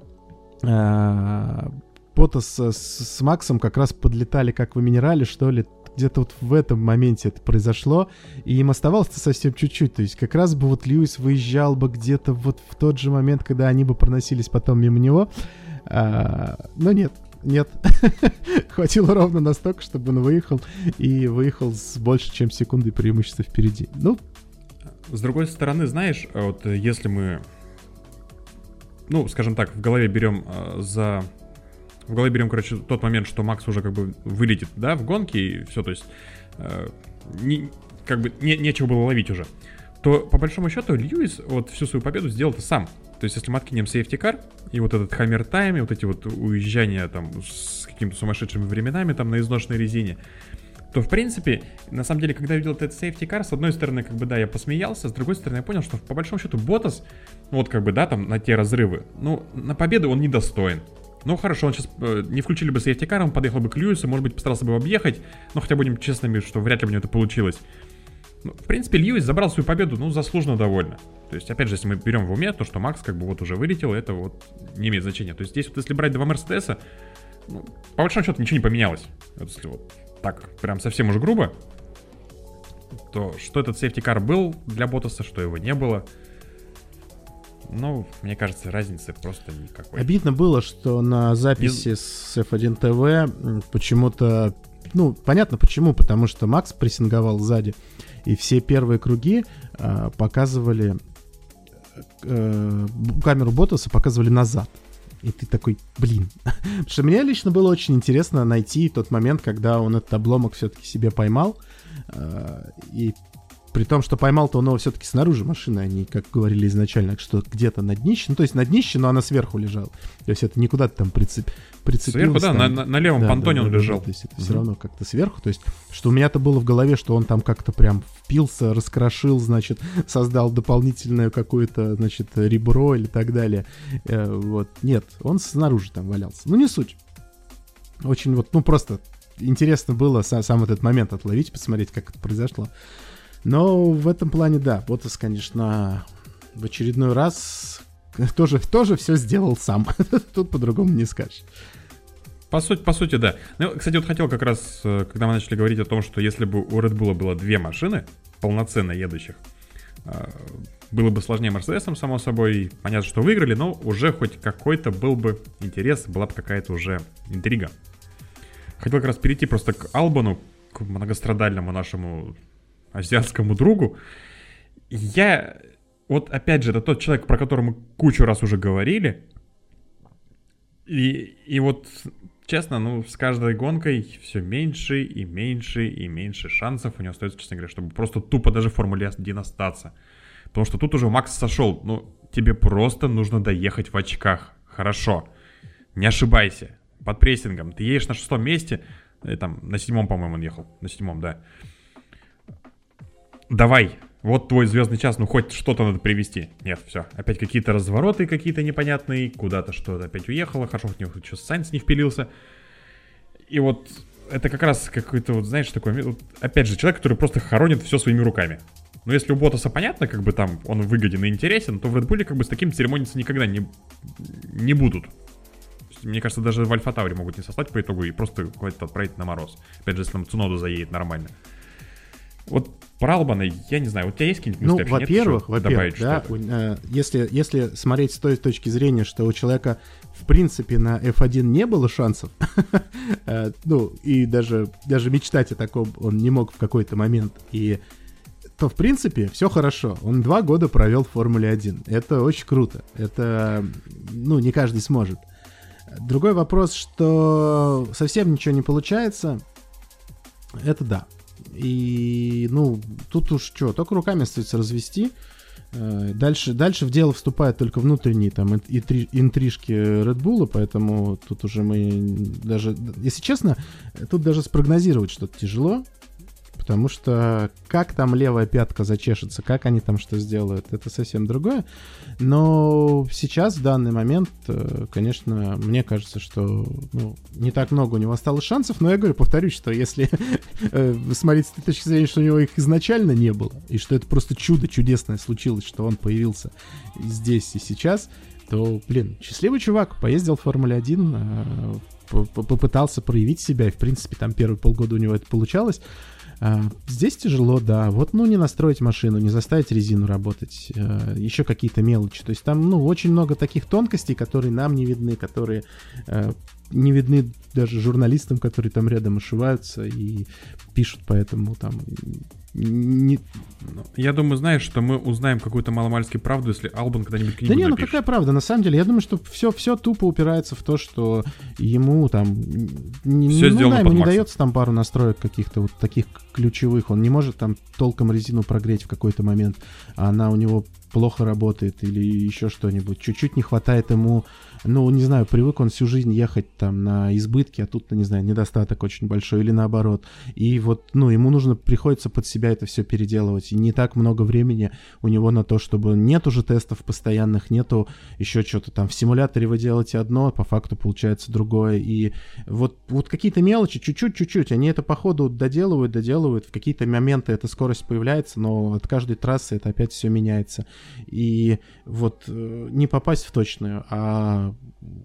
Боттас с Максом как раз подлетали как в минерале, что ли, где-то вот в этом моменте это произошло, и им оставалось-то совсем чуть-чуть, то есть как раз бы вот Льюис выезжал бы где-то вот в тот же момент, когда они бы проносились потом мимо него, но нет, хватило ровно настолько, чтобы он выехал, и выехал с больше, чем секундой преимущества впереди. С другой стороны, знаешь, вот если мы, скажем так, в голове берем, короче, тот момент, что Макс уже как бы вылетит, да, в гонке и все, то есть нечего было ловить уже, то по большому счету Льюис вот всю свою победу сделал-то сам. То есть если мы откинем сейфтикар и вот этот хаммер тайм, и вот эти вот уезжания там с какими-то сумасшедшими временами там на изношенной резине, то в принципе, на самом деле, когда я видел этот сейфтикар, с одной стороны, как бы, да, я посмеялся, с другой стороны, я понял, что по большому счету Боттас, вот как бы, да, там на те разрывы, на победу он недостоин. Хорошо, он сейчас не включили бы сейфтикар, он подъехал бы к Льюису, может быть, постарался бы его объехать, но хотя будем честными, что вряд ли бы у него это получилось. В принципе, Льюис забрал свою победу, заслуженно довольно. То есть, опять же, если мы берем в уме то, что Макс как бы вот уже вылетел, это вот не имеет значения. То есть здесь вот если брать два Мерседеса, по большому счету ничего не поменялось. Если вот так прям совсем уж грубо, то что этот сейфтикар был для Боттаса, что его не было, мне кажется, разницы просто никакой. Обидно было, что на записи с F1 TV почему-то... понятно почему, потому что Макс прессинговал сзади, и все первые круги показывали... камеру Боттаса показывали назад. И ты такой, блин. Потому что мне лично было очень интересно найти тот момент, когда он этот обломок все-таки себе поймал. И при том, что поймал-то он его все-таки снаружи машины, а не, как говорили изначально, что где-то на днище. То есть на днище, но она сверху лежала. То есть это не куда-то там прицепилось. Сверху, да, на левом понтоне он лежал. То есть это все равно как-то сверху. То есть, что у меня-то было в голове, что он там как-то прям впился, раскрошил, значит, создал дополнительное какое-то, значит, ребро или так далее. Вот. Нет, он снаружи там валялся. Не суть. Очень вот, просто интересно было сам этот момент отловить, посмотреть, как это произошло. Но в этом плане, да, Боттас, конечно, в очередной раз тоже все сделал сам. Тут по-другому не скажешь. По сути, да. Кстати, вот хотел как раз, когда мы начали говорить о том, что если бы у Red Bull было две машины, полноценно едущих, было бы сложнее Мерседесом, само собой. Понятно, что выиграли, но уже хоть какой-то был бы интерес, была бы какая-то уже интрига. Хотел как раз перейти просто к Албону, к многострадальному нашему азиатскому другу. Я, вот опять же, это тот человек, про которого мы кучу раз уже говорили. И вот, честно, с каждой гонкой все меньше и меньше и меньше шансов у него остается, честно говоря, чтобы просто тупо даже в Формуле 1 остаться. Потому что тут уже Макс сошел. Тебе просто нужно доехать в очках. Хорошо. Не ошибайся. Под прессингом. Ты едешь на 6-м месте. Там, на 7-м, по-моему, он ехал. На 7-м, да. Давай, вот твой звездный час, хоть что-то надо привести. Нет, все, опять какие-то развороты какие-то непонятные, куда-то что-то опять уехало, хорошо, хоть у него что Сайнс не впилился. И вот это как раз какой-то, вот знаешь, такой, вот, опять же, человек, который просто хоронит все своими руками. Но если у Боттаса понятно, как бы там он выгоден и интересен, то в Red Bull как бы с таким церемониться никогда не будут. есть, мне кажется, даже в Альфа-Тауре могут не сослать по итогу и просто хватит отправить на мороз. Опять же, если там Цунода заедет нормально. Вот про Албана, я не знаю, у тебя есть какие-нибудь мысли? Во-первых, да, если смотреть с той точки зрения, что у человека в принципе на F1 не было шансов, и даже мечтать о таком он не мог в какой-то момент, то в принципе все хорошо. Он 2 года провел в Формуле 1. Это очень круто. Это, не каждый сможет. Другой вопрос, что совсем ничего не получается, это да. И, тут уж что, только руками остается развести. Дальше в дело вступают только внутренние там интрижки Red Bull, поэтому тут уже мы даже, если честно, тут даже спрогнозировать что-то тяжело, потому что как там левая пятка зачешется, как они там что сделают, это совсем другое. Но сейчас, в данный момент, конечно, мне кажется, что не так много у него осталось шансов, но я повторюсь, что если смотреть с той точки зрения, что у него их изначально не было, и что это просто чудо чудесное случилось, что он появился здесь и сейчас, то, счастливый чувак, поездил в Формуле 1, попытался проявить себя, и, в принципе, там первые полгода у него это получалось. Здесь тяжело, да. Не настроить машину, не заставить резину работать, еще какие-то мелочи. То есть там, очень много таких тонкостей, которые нам не видны, которые не видны даже журналистам, которые там рядом ошиваются и пишут, поэтому там... Я думаю, знаешь, что мы узнаем какую-то маломальски правду, если Албан когда-нибудь книгу напишет. напишет. Какая правда? На самом деле, я думаю, что все тупо упирается в то, что ему там... ему не дается там пару настроек каких-то вот таких ключевых. Он не может там толком резину прогреть в какой-то момент, а она у него плохо работает или еще что-нибудь. Чуть-чуть не хватает ему... не знаю, привык он всю жизнь ехать там на избытке, а тут, не знаю, недостаток очень большой или наоборот. И ему приходится под себя это все переделывать. И не так много времени у него на то, чтобы... Нет уже тестов постоянных, нету еще что-то там. В симуляторе вы делаете одно, по факту получается другое. И вот какие-то мелочи, чуть-чуть, они это по ходу доделывают. В какие-то моменты эта скорость появляется, но от каждой трассы это опять все меняется. И не попасть в точную, а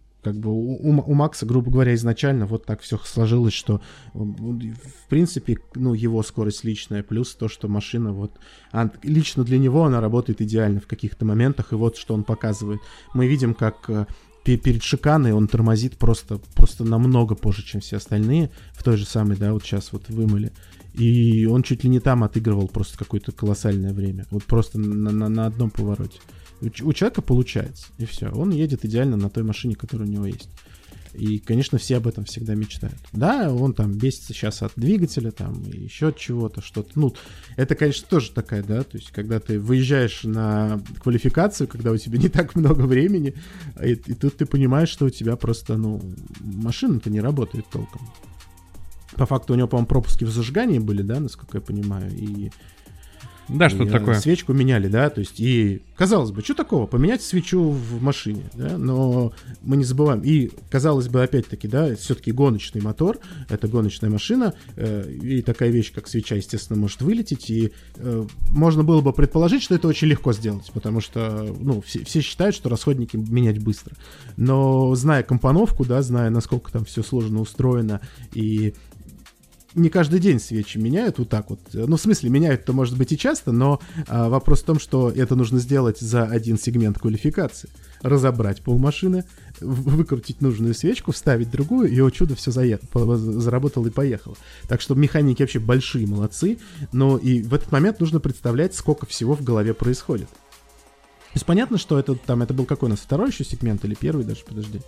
у Макса, грубо говоря, изначально вот так все сложилось, что в принципе, его скорость личная, плюс то, что машина лично для него она работает идеально в каких-то моментах, и вот что он показывает. Мы видим, как перед шиканой он тормозит просто намного позже, чем все остальные, в той же самой, сейчас вымыли. И он чуть ли не там отыгрывал просто какое-то колоссальное время. Просто на одном повороте. У человека получается, и все. Он едет идеально на той машине, которая у него есть. И, конечно, все об этом всегда мечтают. Да, он там бесится сейчас от двигателя, там, и еще от чего-то, что-то. Это, конечно, тоже такая, да, то есть, когда ты выезжаешь на квалификацию, когда у тебя не так много времени, и тут ты понимаешь, что у тебя просто, машина-то не работает толком. По факту у него, по-моему, пропуски в зажигании были, да, насколько я понимаю, и... Да, что-то такое. Свечку меняли, да, то есть, и, казалось бы, что такого, поменять свечу в машине, да, но мы не забываем, и, казалось бы, опять-таки, да, все-таки гоночный мотор, это гоночная машина, и такая вещь, как свеча, естественно, может вылететь, и можно было бы предположить, что это очень легко сделать, потому что, все считают, что расходники менять быстро, но, зная компоновку, да, зная, насколько там все сложно устроено, и... Не каждый день свечи меняют вот так вот. В смысле, меняют-то, может быть, и часто, но вопрос в том, что это нужно сделать за один сегмент квалификации. Разобрать полмашины, выкрутить нужную свечку, вставить другую, и, о чудо, все заработало и поехало. Так что механики вообще большие молодцы, но и в этот момент нужно представлять, сколько всего в голове происходит. То есть понятно, что это был какой у нас, второй еще сегмент или первый даже, подожди.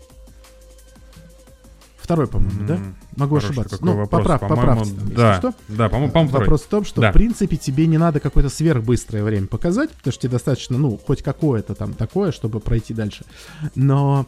Второй, по-моему, да? Могу ошибаться. Поправьте. Да, по-моему, второй. Вопрос в том, что, в принципе, тебе не надо какое-то сверхбыстрое время показать, потому что тебе достаточно, хоть какое-то там такое, чтобы пройти дальше. Но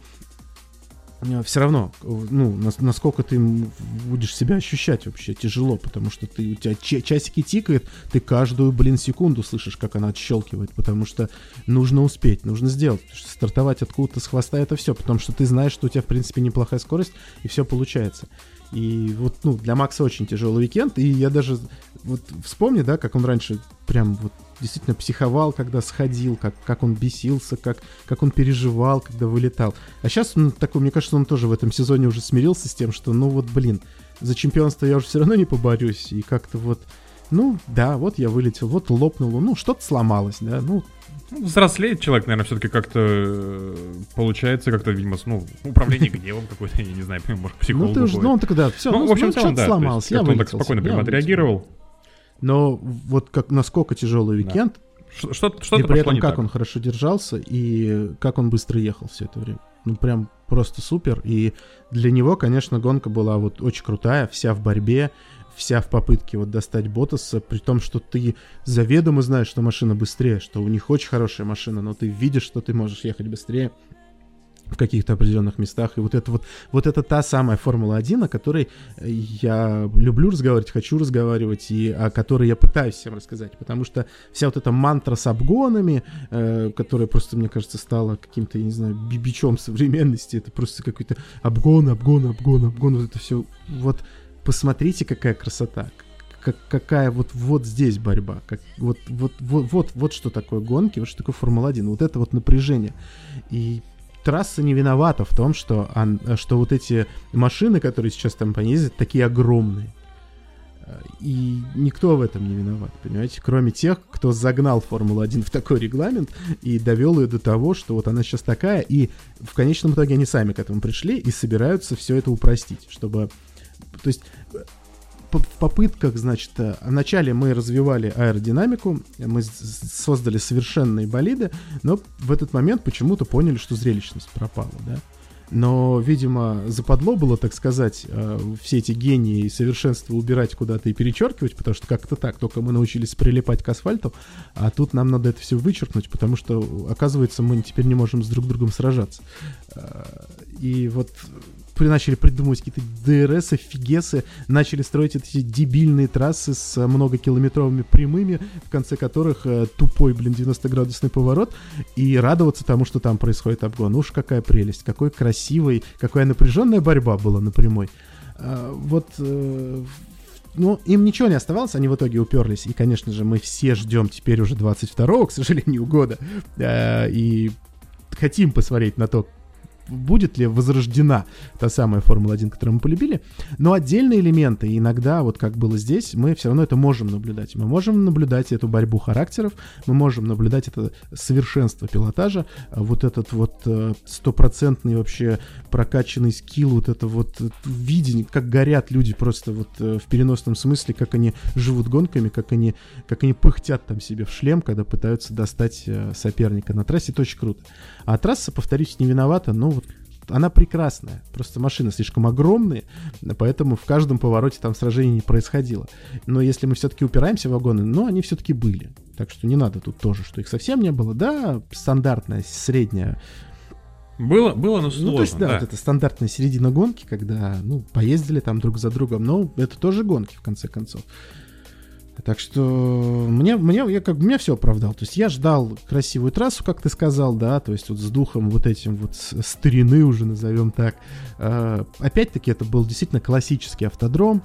все равно, насколько ты будешь себя ощущать вообще тяжело, потому что у тебя часики тикают, ты каждую, секунду слышишь, как она отщелкивает, потому что нужно успеть, нужно сделать, потому что стартовать откуда-то с хвоста — это все, потому что ты знаешь, что у тебя, в принципе, неплохая скорость, и все получается. И для Макса очень тяжелый уикенд, и я даже вспомню, да, как он раньше прям действительно психовал, когда сходил, как он бесился, как он переживал, когда вылетал. А сейчас он такой, мне кажется, он тоже в этом сезоне уже смирился с тем, что, ну вот, блин, за чемпионство я уже все равно не поборюсь, и как-то вот, ну, да, вот я вылетел, вот лопнуло, ну, что-то сломалось, да, ну. Взрослеет человек, наверное, все-таки как-то получается, как-то, видимо, ну, управление гневом какой-то, я не знаю, может, психолог. Ну, ты уже, ну, он тогда, все, ну, в общем, что-то да, сломалось, я вылетел. Он так спокойно прям отреагировал. Но вот как, насколько тяжелый уикенд, да. Что-то и при этом как так. он хорошо держался, и как он быстро ехал все это время. Ну, прям просто супер. И для него, конечно, гонка была вот очень крутая, вся в борьбе, вся в попытке вот достать Боттаса, при том, что ты заведомо знаешь, что машина быстрее, что у них очень хорошая машина, но ты видишь, что ты можешь ехать быстрее в каких-то определенных местах. И вот это та самая Формула-1, о которой я люблю разговаривать, хочу разговаривать, и о которой я пытаюсь всем рассказать. Потому что вся вот эта мантра с обгонами, которая просто, мне кажется, стала каким-то, я не знаю, бичом современности, это просто какой-то обгон, вот это все. Вот посмотрите, какая красота, какая вот здесь борьба, вот что такое гонки, вот что такое Формула-1, вот это вот напряжение. И трасса не виновата в том, что вот эти машины, которые сейчас там ездят, такие огромные. И никто в этом не виноват, понимаете? Кроме тех, кто загнал Формулу-1 в такой регламент и довел ее до того, что вот она сейчас такая, и в конечном итоге они сами к этому пришли и собираются все это упростить, чтобы... То есть в попытках, значит, вначале мы развивали аэродинамику, мы создали совершенные болиды, но в этот момент почему-то поняли, что зрелищность пропала, да. Но, видимо, западло было, так сказать, все эти гении и совершенства убирать куда-то и перечеркивать, потому что как-то так, только мы научились прилипать к асфальту, а тут нам надо это все вычеркнуть, потому что, оказывается, мы теперь не можем с друг другом сражаться. И вот начали придумывать какие-то ДРС, фигесы, начали строить эти дебильные трассы с многокилометровыми прямыми, в конце которых тупой, 90-градусный поворот, и радоваться тому, что там происходит обгон. Уж какая прелесть, какой красивый, какая напряженная борьба была на прямой. Ну, им ничего не оставалось, они в итоге уперлись, и, конечно же, мы все ждем теперь уже 22-го, к сожалению, года, и хотим посмотреть на то, будет ли возрождена та самая Формула-1, которую мы полюбили. Но отдельные элементы, иногда, вот как было здесь, мы все равно это можем наблюдать. Мы можем наблюдать эту борьбу характеров, мы можем наблюдать это совершенство пилотажа, вот этот вот стопроцентный вообще прокачанный скилл, вот это вот видение, как горят люди просто вот в переносном смысле, как они живут гонками, как они пыхтят там себе в шлем, когда пытаются достать соперника на трассе. Это очень круто. А трасса, повторюсь, не виновата, но вот она прекрасная. Просто машины слишком огромные, поэтому в каждом повороте там сражений не происходило. Но если мы все-таки упираемся в вагоны, но они все-таки были. Так что не надо тут тоже, что их совсем не было. Да, стандартная, средняя. Было, но сложно. Ну, то есть, да, вот это стандартная середина гонки, когда, поездили там друг за другом. Но это тоже гонки, в конце концов. Так что меня все оправдал. То есть я ждал красивую трассу, как ты сказал, да, то есть вот с духом вот этим вот старины уже назовем так. Опять-таки это был действительно классический автодром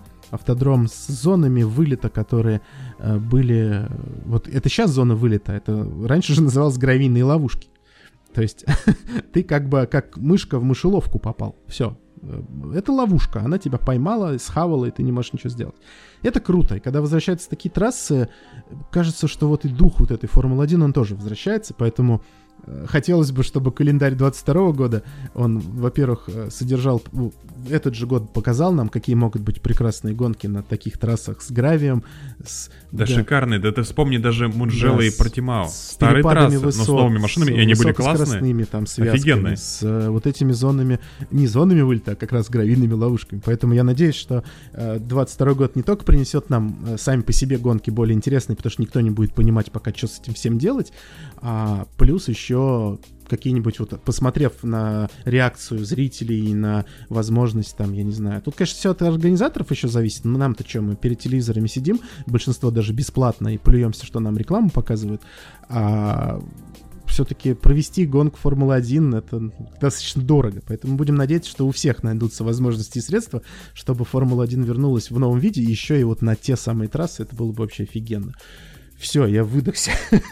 с зонами вылета, которые были... Вот это сейчас зона вылета, это раньше же называлось гравийные ловушки. То есть ты как бы как мышка в мышеловку попал. Все. Это ловушка, она тебя поймала, схавала, и ты не можешь ничего сделать. Это круто, и когда возвращаются такие трассы, кажется, что вот и дух вот этой Формулы-1, он тоже возвращается, поэтому хотелось бы, чтобы календарь 22 года, он, во-первых, содержал, этот же год показал нам, какие могут быть прекрасные гонки на таких трассах с гравием. Шикарные, да ты вспомни даже Муджелло и Портимао. Старые трассы, но с новыми машинами, и они были классные. Там связками, офигенные. С вот этими зонами, не зонами вылета, а как раз гравийными ловушками. Поэтому я надеюсь, что 22 год не только принесет нам сами по себе гонки более интересные, потому что никто не будет понимать пока, что с этим всем делать, а плюс еще какие-нибудь, вот посмотрев на реакцию зрителей, на возможность там, я не знаю. Тут, конечно, все от организаторов еще зависит. Но нам-то что, мы перед телевизорами сидим, большинство даже бесплатно, и плюемся, что нам рекламу показывают. А все-таки провести гонку Формулы-1 это достаточно дорого. Поэтому будем надеяться, что у всех найдутся возможности и средства, чтобы Формула-1 вернулась в новом виде, еще и вот на те самые трассы. Это было бы вообще офигенно. Все, я выдохся.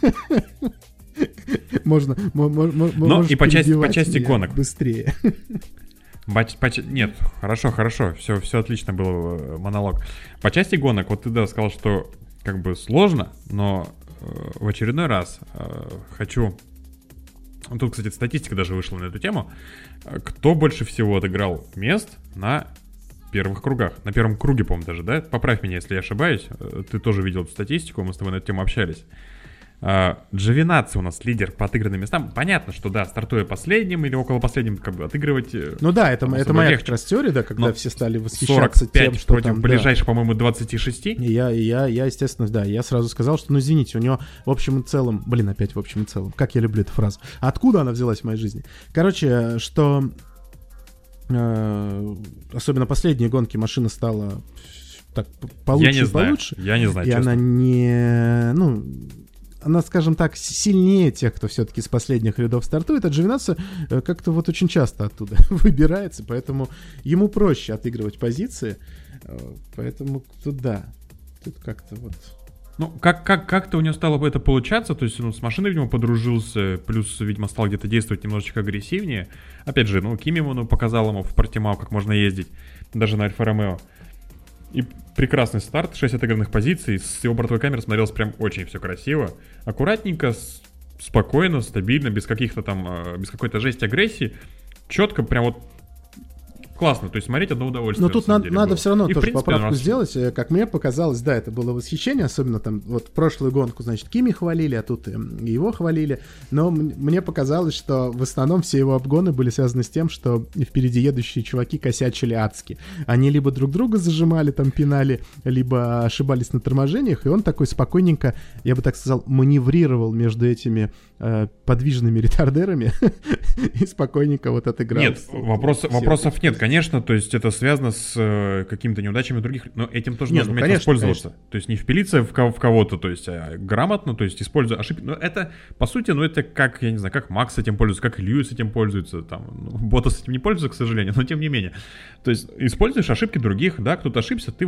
Можно и по части гонок. Быстрее. Нет, хорошо, все отлично был монолог. По части гонок, вот ты сказал, что как бы сложно, но в очередной раз хочу... Тут, кстати, статистика даже вышла на эту тему. Кто больше всего отыграл мест на первых кругах? На первом круге, по-моему, даже, да? Поправь меня, если я ошибаюсь. Ты тоже видел эту статистику, мы с тобой на эту тему общались. Джовинаци у нас лидер по отыгранным местам. Понятно, что да, стартуя последним или около последним, как бы отыгрывать. Ну да, это моя как раз теория, да, когда все стали восхищаться тем, что против там, ближайших, по-моему, 26. Я, естественно, да, я сразу сказал, что, ну, извините, у него в общем и целом, опять в общем и целом, как я люблю эту фразу. Откуда она взялась в моей жизни? Короче, что особенно последние гонки машина стала так получше и получше. Я не знаю, и честно. она не, ну... Она, скажем так, сильнее тех, кто все-таки с последних рядов стартует, а Джовинаци как-то вот очень часто оттуда выбирается, поэтому ему проще отыгрывать позиции, поэтому тут да, тут как-то вот... Ну, как-то у него стало бы это получаться, то есть он с машиной, видимо, подружился, плюс, видимо, стал где-то действовать немножечко агрессивнее. Опять же, Кими показал ему в Портимау, как можно ездить, даже на Альфа-Ромео. И прекрасный старт, 6 отыгранных позиций, с его бортовой камеры смотрелось прям очень все красиво. Аккуратненько, спокойно, стабильно, без каких-то там, без какой-то жести, агрессии. Четко, прям вот классно, то есть смотреть одно удовольствие. Но тут надо все равно и, тоже принципе, поправку сделать. Как мне показалось, да, это было восхищение, особенно там вот прошлую гонку, значит, Кими хвалили, а тут и его хвалили. Но мне показалось, что в основном все его обгоны были связаны с тем, что впереди едущие чуваки косячили адски. Они либо друг друга зажимали, там пинали, либо ошибались на торможениях, и он такой спокойненько, я бы так сказал, маневрировал между этими подвижными ретардерами и спокойненько вот отыграл. Нет, вопросов нет, конечно, то есть это связано с какими-то неудачами других, но этим тоже нужно уметь воспользоваться. Конечно. То есть не впилиться в кого-то, то есть грамотно, то есть используя ошибки. Но это, по сути, это как, я не знаю, как Макс этим пользуется, как Льюис этим пользуется, там, Ботас этим не пользуется, к сожалению, но тем не менее. То есть используешь ошибки других, да, кто-то ошибся, ты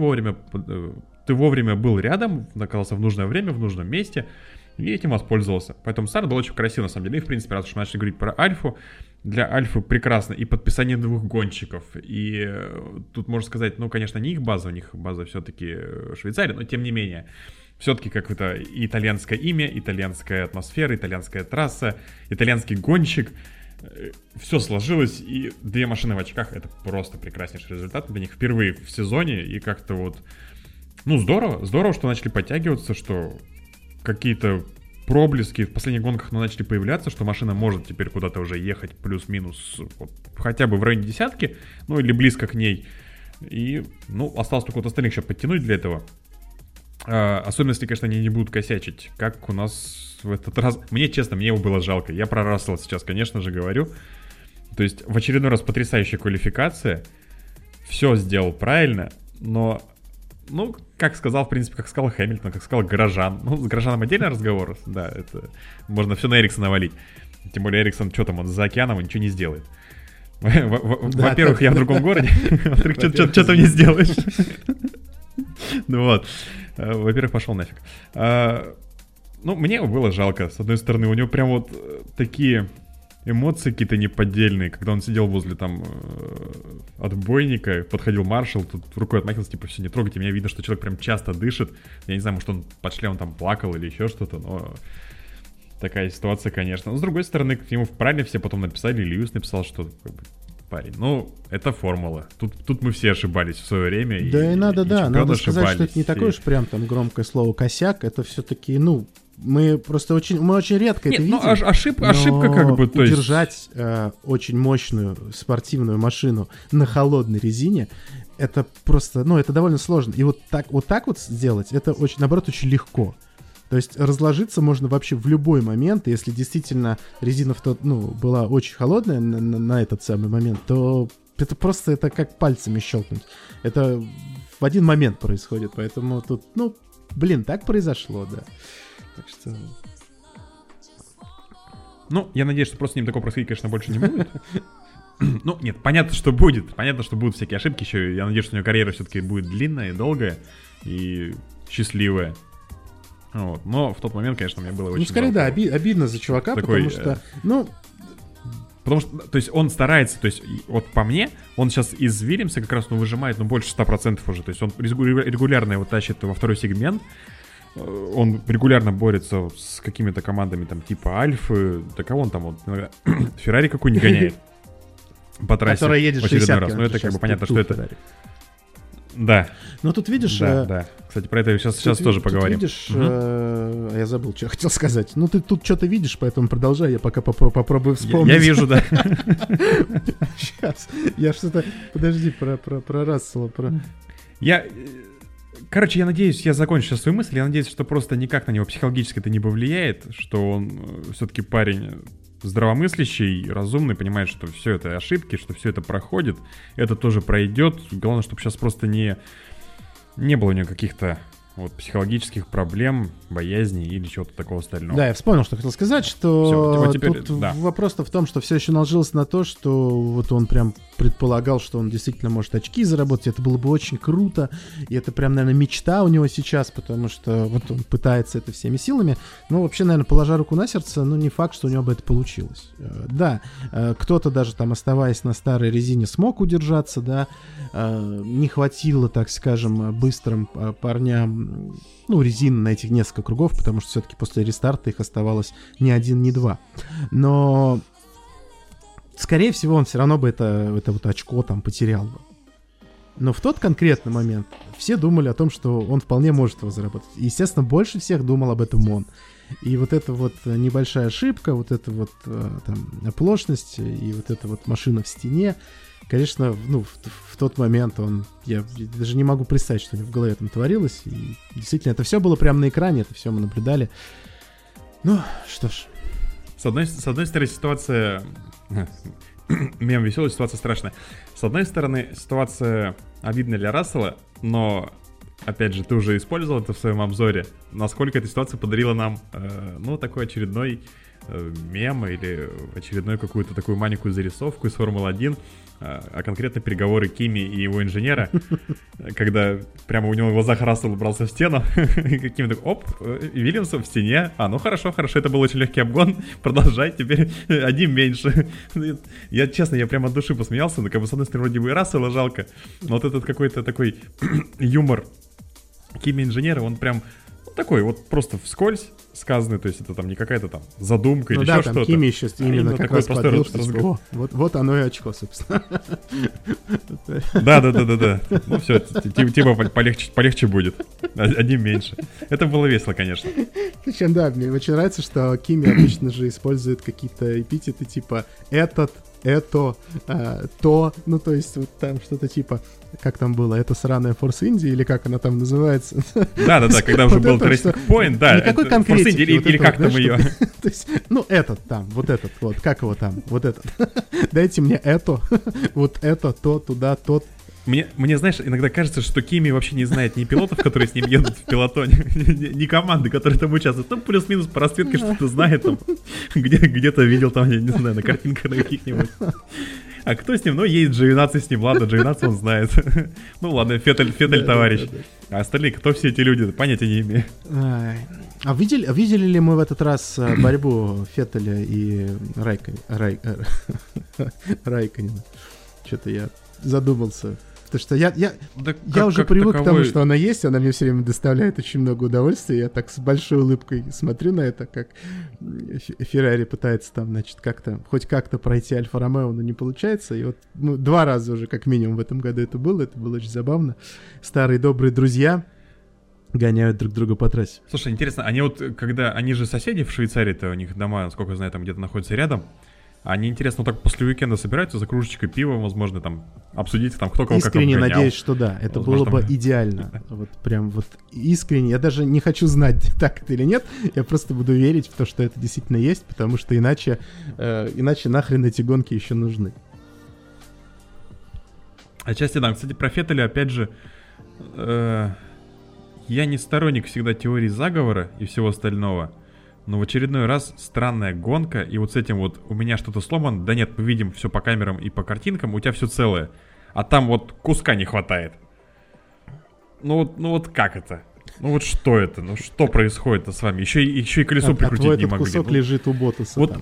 вовремя был рядом, оказался в нужное время, в нужном месте, и этим воспользовался. Поэтому старт был очень красивый, на самом деле. И, в принципе, раз уж мы начали говорить про Альфу, для Альфы прекрасно и подписание двух гонщиков. И тут можно сказать, конечно, не их база, у них база все-таки Швейцария, но тем не менее. Все-таки как это итальянское имя, итальянская атмосфера, итальянская трасса, итальянский гонщик. Все сложилось, и 2 машины в очках — это просто прекраснейший результат для них впервые в сезоне. И как-то вот, здорово, что начали подтягиваться, что какие-то проблески в последних гонках начали появляться, что машина может теперь куда-то уже ехать плюс-минус вот, хотя бы в районе десятки, или близко к ней. И, осталось только вот остальных еще подтянуть для этого. Особенно, если, конечно, они не будут косячить, как у нас в этот раз. Мне, честно, мне его было жалко. Я про Рассела сейчас, конечно же, говорю. То есть, в очередной раз потрясающая квалификация. Все сделал правильно, но... как сказал, в принципе, как сказал Хэмилтон, как сказал Грожан. С Грожаном отдельный разговор, да, это можно все на Эриксона валить. Тем более Эриксон, что там, он за океаном, он ничего не сделает. Во-первых, я в другом городе, во-вторых, что ты мне сделаешь? Во-первых, пошел нафиг. Мне его было жалко, с одной стороны, у него прям вот такие... эмоции какие-то неподдельные, когда он сидел возле там отбойника, подходил маршал, тут рукой отмахивался, типа, все, не трогайте меня, видно, что человек прям часто дышит. Я не знаю, может, он под шлемом там плакал или еще что-то, но такая ситуация, конечно. Но с другой стороны, к нему правильно все потом написали, Льюис написал, что парень, это формула. Тут мы все ошибались в свое время. Да, и надо сказать, что это не такое уж прям там громкое слово «косяк», это все-таки, мы очень редко это видим. Ошибка как бы, то есть... Удержать очень мощную спортивную машину на холодной резине, это просто, это довольно сложно. И вот так вот сделать, это очень, наоборот, очень легко. То есть разложиться можно вообще в любой момент, и если действительно резина была очень холодная на этот самый момент, то это как пальцами щелкнуть. Это в один момент происходит, поэтому тут, так произошло, да. Так что... я надеюсь, что просто с ним такого происходить, конечно, больше не будет. Нет, понятно, что будет. Понятно, что будут всякие ошибки еще. Я надеюсь, что у него карьера все-таки будет длинная и долгая, и счастливая. Вот. Но в тот момент, конечно, мне было очень скорее, жалко. да, обидно за чувака, Такой, потому что, Потому что, то есть он старается, то есть вот по мне, он сейчас из Вильямса как раз, выжимает, больше 100% уже. То есть он регулярно его тащит во второй сегмент. Он регулярно борется с какими-то командами там типа Альфы. Да кого он там вот иногда Феррари какую-нибудь гоняет по трассе которая едет в очередной 60 раз. Ну это как бы понятно, что это... Феррари. Да. Но тут видишь... Да. Кстати, про это сейчас тоже поговорим. Тут видишь... Я забыл, что я хотел сказать. Ну, ты тут что-то видишь, поэтому продолжай, я пока попробую вспомнить. Я вижу, да. Сейчас. Я что-то... Подожди, про Рассела. Короче, я надеюсь, я закончу сейчас свою мысль. Я надеюсь, что просто никак на него психологически это не повлияет, что он все-таки парень здравомыслящий, разумный, понимает, что все это ошибки, что все это проходит, это тоже пройдет. Главное, чтобы сейчас просто не было у него каких-то вот психологических проблем, боязней или чего-то такого остального. Да, я вспомнил, что хотел сказать, что всё, теперь, тут да. вопрос-то в том, что все еще наложилось на то, что вот он прям предполагал, что он действительно может очки заработать, это было бы очень круто, и это прям, наверное, мечта у него сейчас, потому что вот он пытается это всеми силами, но вообще, наверное, положа руку на сердце, не факт, что у него бы это получилось. Да, кто-то даже там, оставаясь на старой резине, смог удержаться, да, не хватило, так скажем, быстрым парням резин на этих несколько кругов, потому что все-таки после рестарта их оставалось ни один, ни два. Но, скорее всего, он все равно бы это вот очко там потерял бы. Но в тот конкретный момент все думали о том, что он вполне может его заработать. И, естественно, больше всех думал об этом он. И вот эта вот небольшая ошибка, вот эта вот там оплошность и вот эта вот машина в стене, конечно, в тот момент я даже не могу представить, что у него в голове там творилось. И действительно, это все было прямо на экране, это все мы наблюдали. Ну, что ж. С одной стороны, ситуация... Мем веселая, ситуация страшная. С одной стороны, ситуация обидная для Рассела, но, опять же, ты уже использовал это в своем обзоре. Насколько эта ситуация подарила нам, такой очередной мем или очередную какую-то такую маленькую зарисовку из Формулы-1, а конкретно переговоры Кими и его инженера, когда прямо у него в глазах Рассел брался в стену, и каким-то, Вильямс в стене, хорошо, это был очень легкий обгон, продолжай, теперь один меньше. Я, честно, я прямо от души посмеялся, но как бы с одной стороны вроде бы и Рассела жалко, но вот этот какой-то такой юмор Кими инженера, он прям такой вот просто вскользь сказанный, то есть это там не какая-то там задумка или еще что-то. Кими еще именно как раз подвел, что вот оно и очко, собственно. Да. Ну все, типа полегче будет. Одним меньше. Это было весело, конечно. Причем, да, мне очень нравится, что Кими обычно же использует какие-то эпитеты типа «этот», «это», «то», то есть вот там что-то типа, как там было, это сраная Force India, или как она там называется? Да, когда уже был Tracing Point, да. Никакой конкретики. Или как там ее? То есть, этот там, вот этот, вот, как его там, вот этот. Дайте мне это, вот это, то, туда, тот. Мне, знаешь, иногда кажется, что Кими вообще не знает ни пилотов, которые с ним едут в пилотоне, ни команды, которые там участвуют. Плюс-минус по расцветке что-то знает там. Где-то видел там, я не знаю, на картинках на каких-нибудь. А кто с ним? Едет Джовинаци с ним, ладно, Джовинаци он знает. Ладно, Феттель товарищ. А остальные, кто все эти люди, понятия не имею. А видели ли мы в этот раз борьбу Феттеля и Райконена? Что-то я задумался. Потому что я уже привык к тому, что она есть, она мне все время доставляет очень много удовольствия. Я так с большой улыбкой смотрю на это, как Феррари пытается там, значит, хоть как-то пройти Альфа-Ромео, но не получается. И вот 2 раза уже как минимум в этом году это было очень забавно. Старые добрые друзья гоняют друг друга по трассе. Слушай, интересно, они же соседи в Швейцарии-то, у них дома, насколько я знаю, там где-то находятся рядом. Они, интересно, так после уикенда собираются за кружечкой пива, возможно, там обсудить, там, кто кого как обгонял. Искренне надеюсь, что да, это возможно, было бы идеально. Вот прям вот искренне. Я даже не хочу знать, так это или нет. Я просто буду верить в то, что это действительно есть, потому что иначе нахрен эти гонки еще нужны. Отчасти да. Кстати, про Феттеля, опять же, я не сторонник всегда теории заговора и всего остального. Но в очередной раз странная гонка, и вот с этим вот у меня что-то сломано. Да нет, мы видим все по камерам и по картинкам, у тебя все целое. А там вот куска не хватает. Ну вот как это? Ну вот что это? Ну что происходит-то с вами? Еще и колесо прикрутить не могли. Кусок лежит у Ботаса. Вот,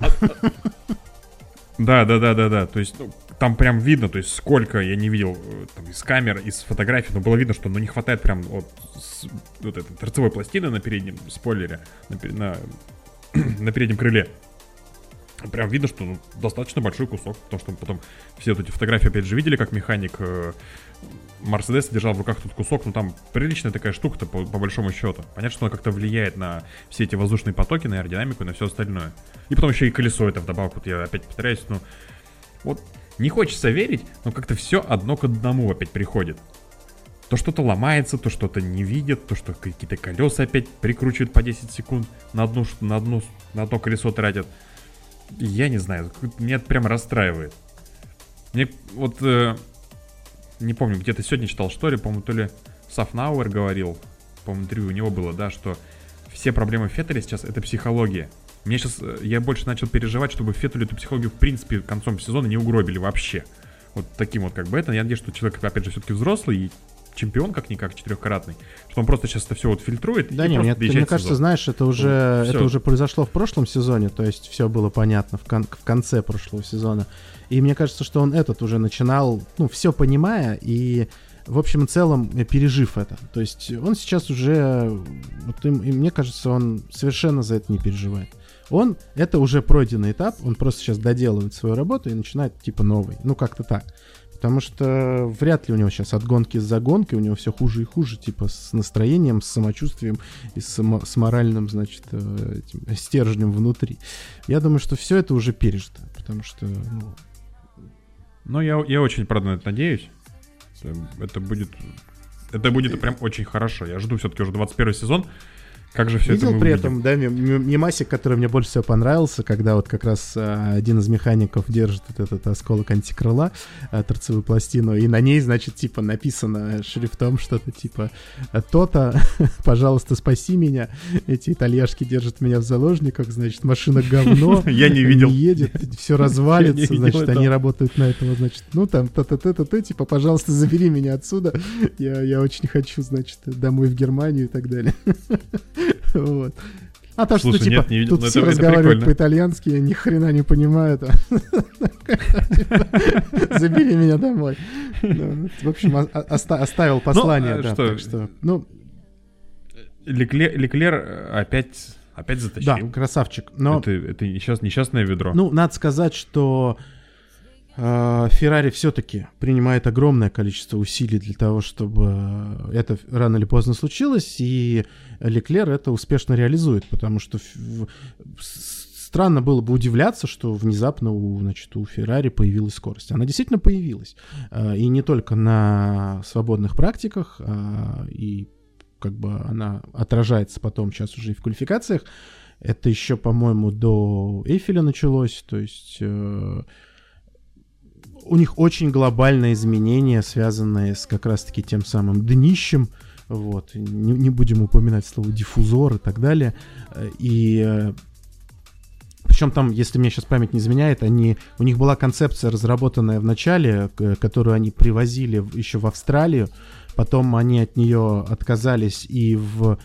да. То есть там прям видно, то есть сколько я не видел там, из камер, из фотографий, но было видно, что не хватает прям вот этой торцевой пластины на переднем спойлере, на переднем крыле. Прям видно, что достаточно большой кусок, потому что потом все вот эти фотографии опять же видели, как механик Мерседеса держал в руках тут кусок, там приличная такая штука-то по большому счету. Понятно, что она как-то влияет на все эти воздушные потоки, на аэродинамику и на все остальное. И потом еще и колесо это вдобавок, вот я опять повторяюсь, вот не хочется верить, но как-то все одно к одному опять приходит. То что-то ломается, то что-то не видят, то что какие-то колеса опять прикручивают по 10 секунд, на одно колесо тратят. Я не знаю, меня это прям расстраивает. Мне вот, не помню, где-то сегодня читал, что ли, по-моему, то ли Сафнауэр говорил, по-моему, интервью у него было, да, что все проблемы Феттеля сейчас это психология. Я больше начал переживать, чтобы Феттелю эту психологию, в принципе, концом сезона не угробили вообще. Вот таким вот как бы это. Я надеюсь, что человек, опять же, все-таки взрослый и чемпион, как-никак, 4-кратный, что он просто сейчас это все вот фильтрует. Да, мне кажется, знаешь, это уже произошло в прошлом сезоне, то есть все было понятно в конце прошлого сезона. И мне кажется, что он уже начинал, все понимая и, в общем и целом, пережив это. То есть он сейчас уже, и мне кажется, он совершенно за это не переживает. Это уже пройденный этап, он просто сейчас доделывает свою работу и начинает типа новый. Как-то так. Потому что вряд ли у него сейчас от гонки за гонкой, у него все хуже и хуже, типа с настроением, с самочувствием и с моральным, значит, этим стержнем внутри. Я думаю, что все это уже пережито, потому что... я очень, правда, на это надеюсь. Это будет прям очень хорошо. Я жду все-таки уже 21 сезон. Как же все видел это мы при увидим? этом, да, мемасик, который мне больше всего понравился, когда вот как раз один из механиков держит вот этот осколок антикрыла, торцевую пластину, и на ней, значит, типа написано шрифтом что-то типа «То-то, пожалуйста, спаси меня, эти итальяшки держат меня в заложниках, значит, машина говно, я не видел, не едет, все развалится, значит, они работают на этого, значит, там, типа, пожалуйста, забери меня отсюда, я очень хочу, значит, домой в Германию и так далее». Вот. А то, слушай, что типа не видел, тут все разговаривают по-итальянски, я ни хрена не понимаю. Забери меня домой. В общем, оставил послание. Леклер опять затащил. Да, красавчик. Это несчастное ведро. Надо сказать, что Феррари все-таки принимает огромное количество усилий для того, чтобы это рано или поздно случилось, и Леклер это успешно реализует, потому что странно было бы удивляться, что внезапно у Феррари появилась скорость. Она действительно появилась. И не только на свободных практиках, и как бы она отражается потом сейчас уже и в квалификациях. Это еще, по-моему, до Эйфеля началось, то есть... У них очень глобальные изменения, связанные с как раз-таки тем самым днищем. Вот. Не будем упоминать слово диффузор и так далее. И причем там, если мне сейчас память не изменяет, у них была концепция, разработанная в начале, которую они привозили еще в Австралию. Потом они от нее отказались было.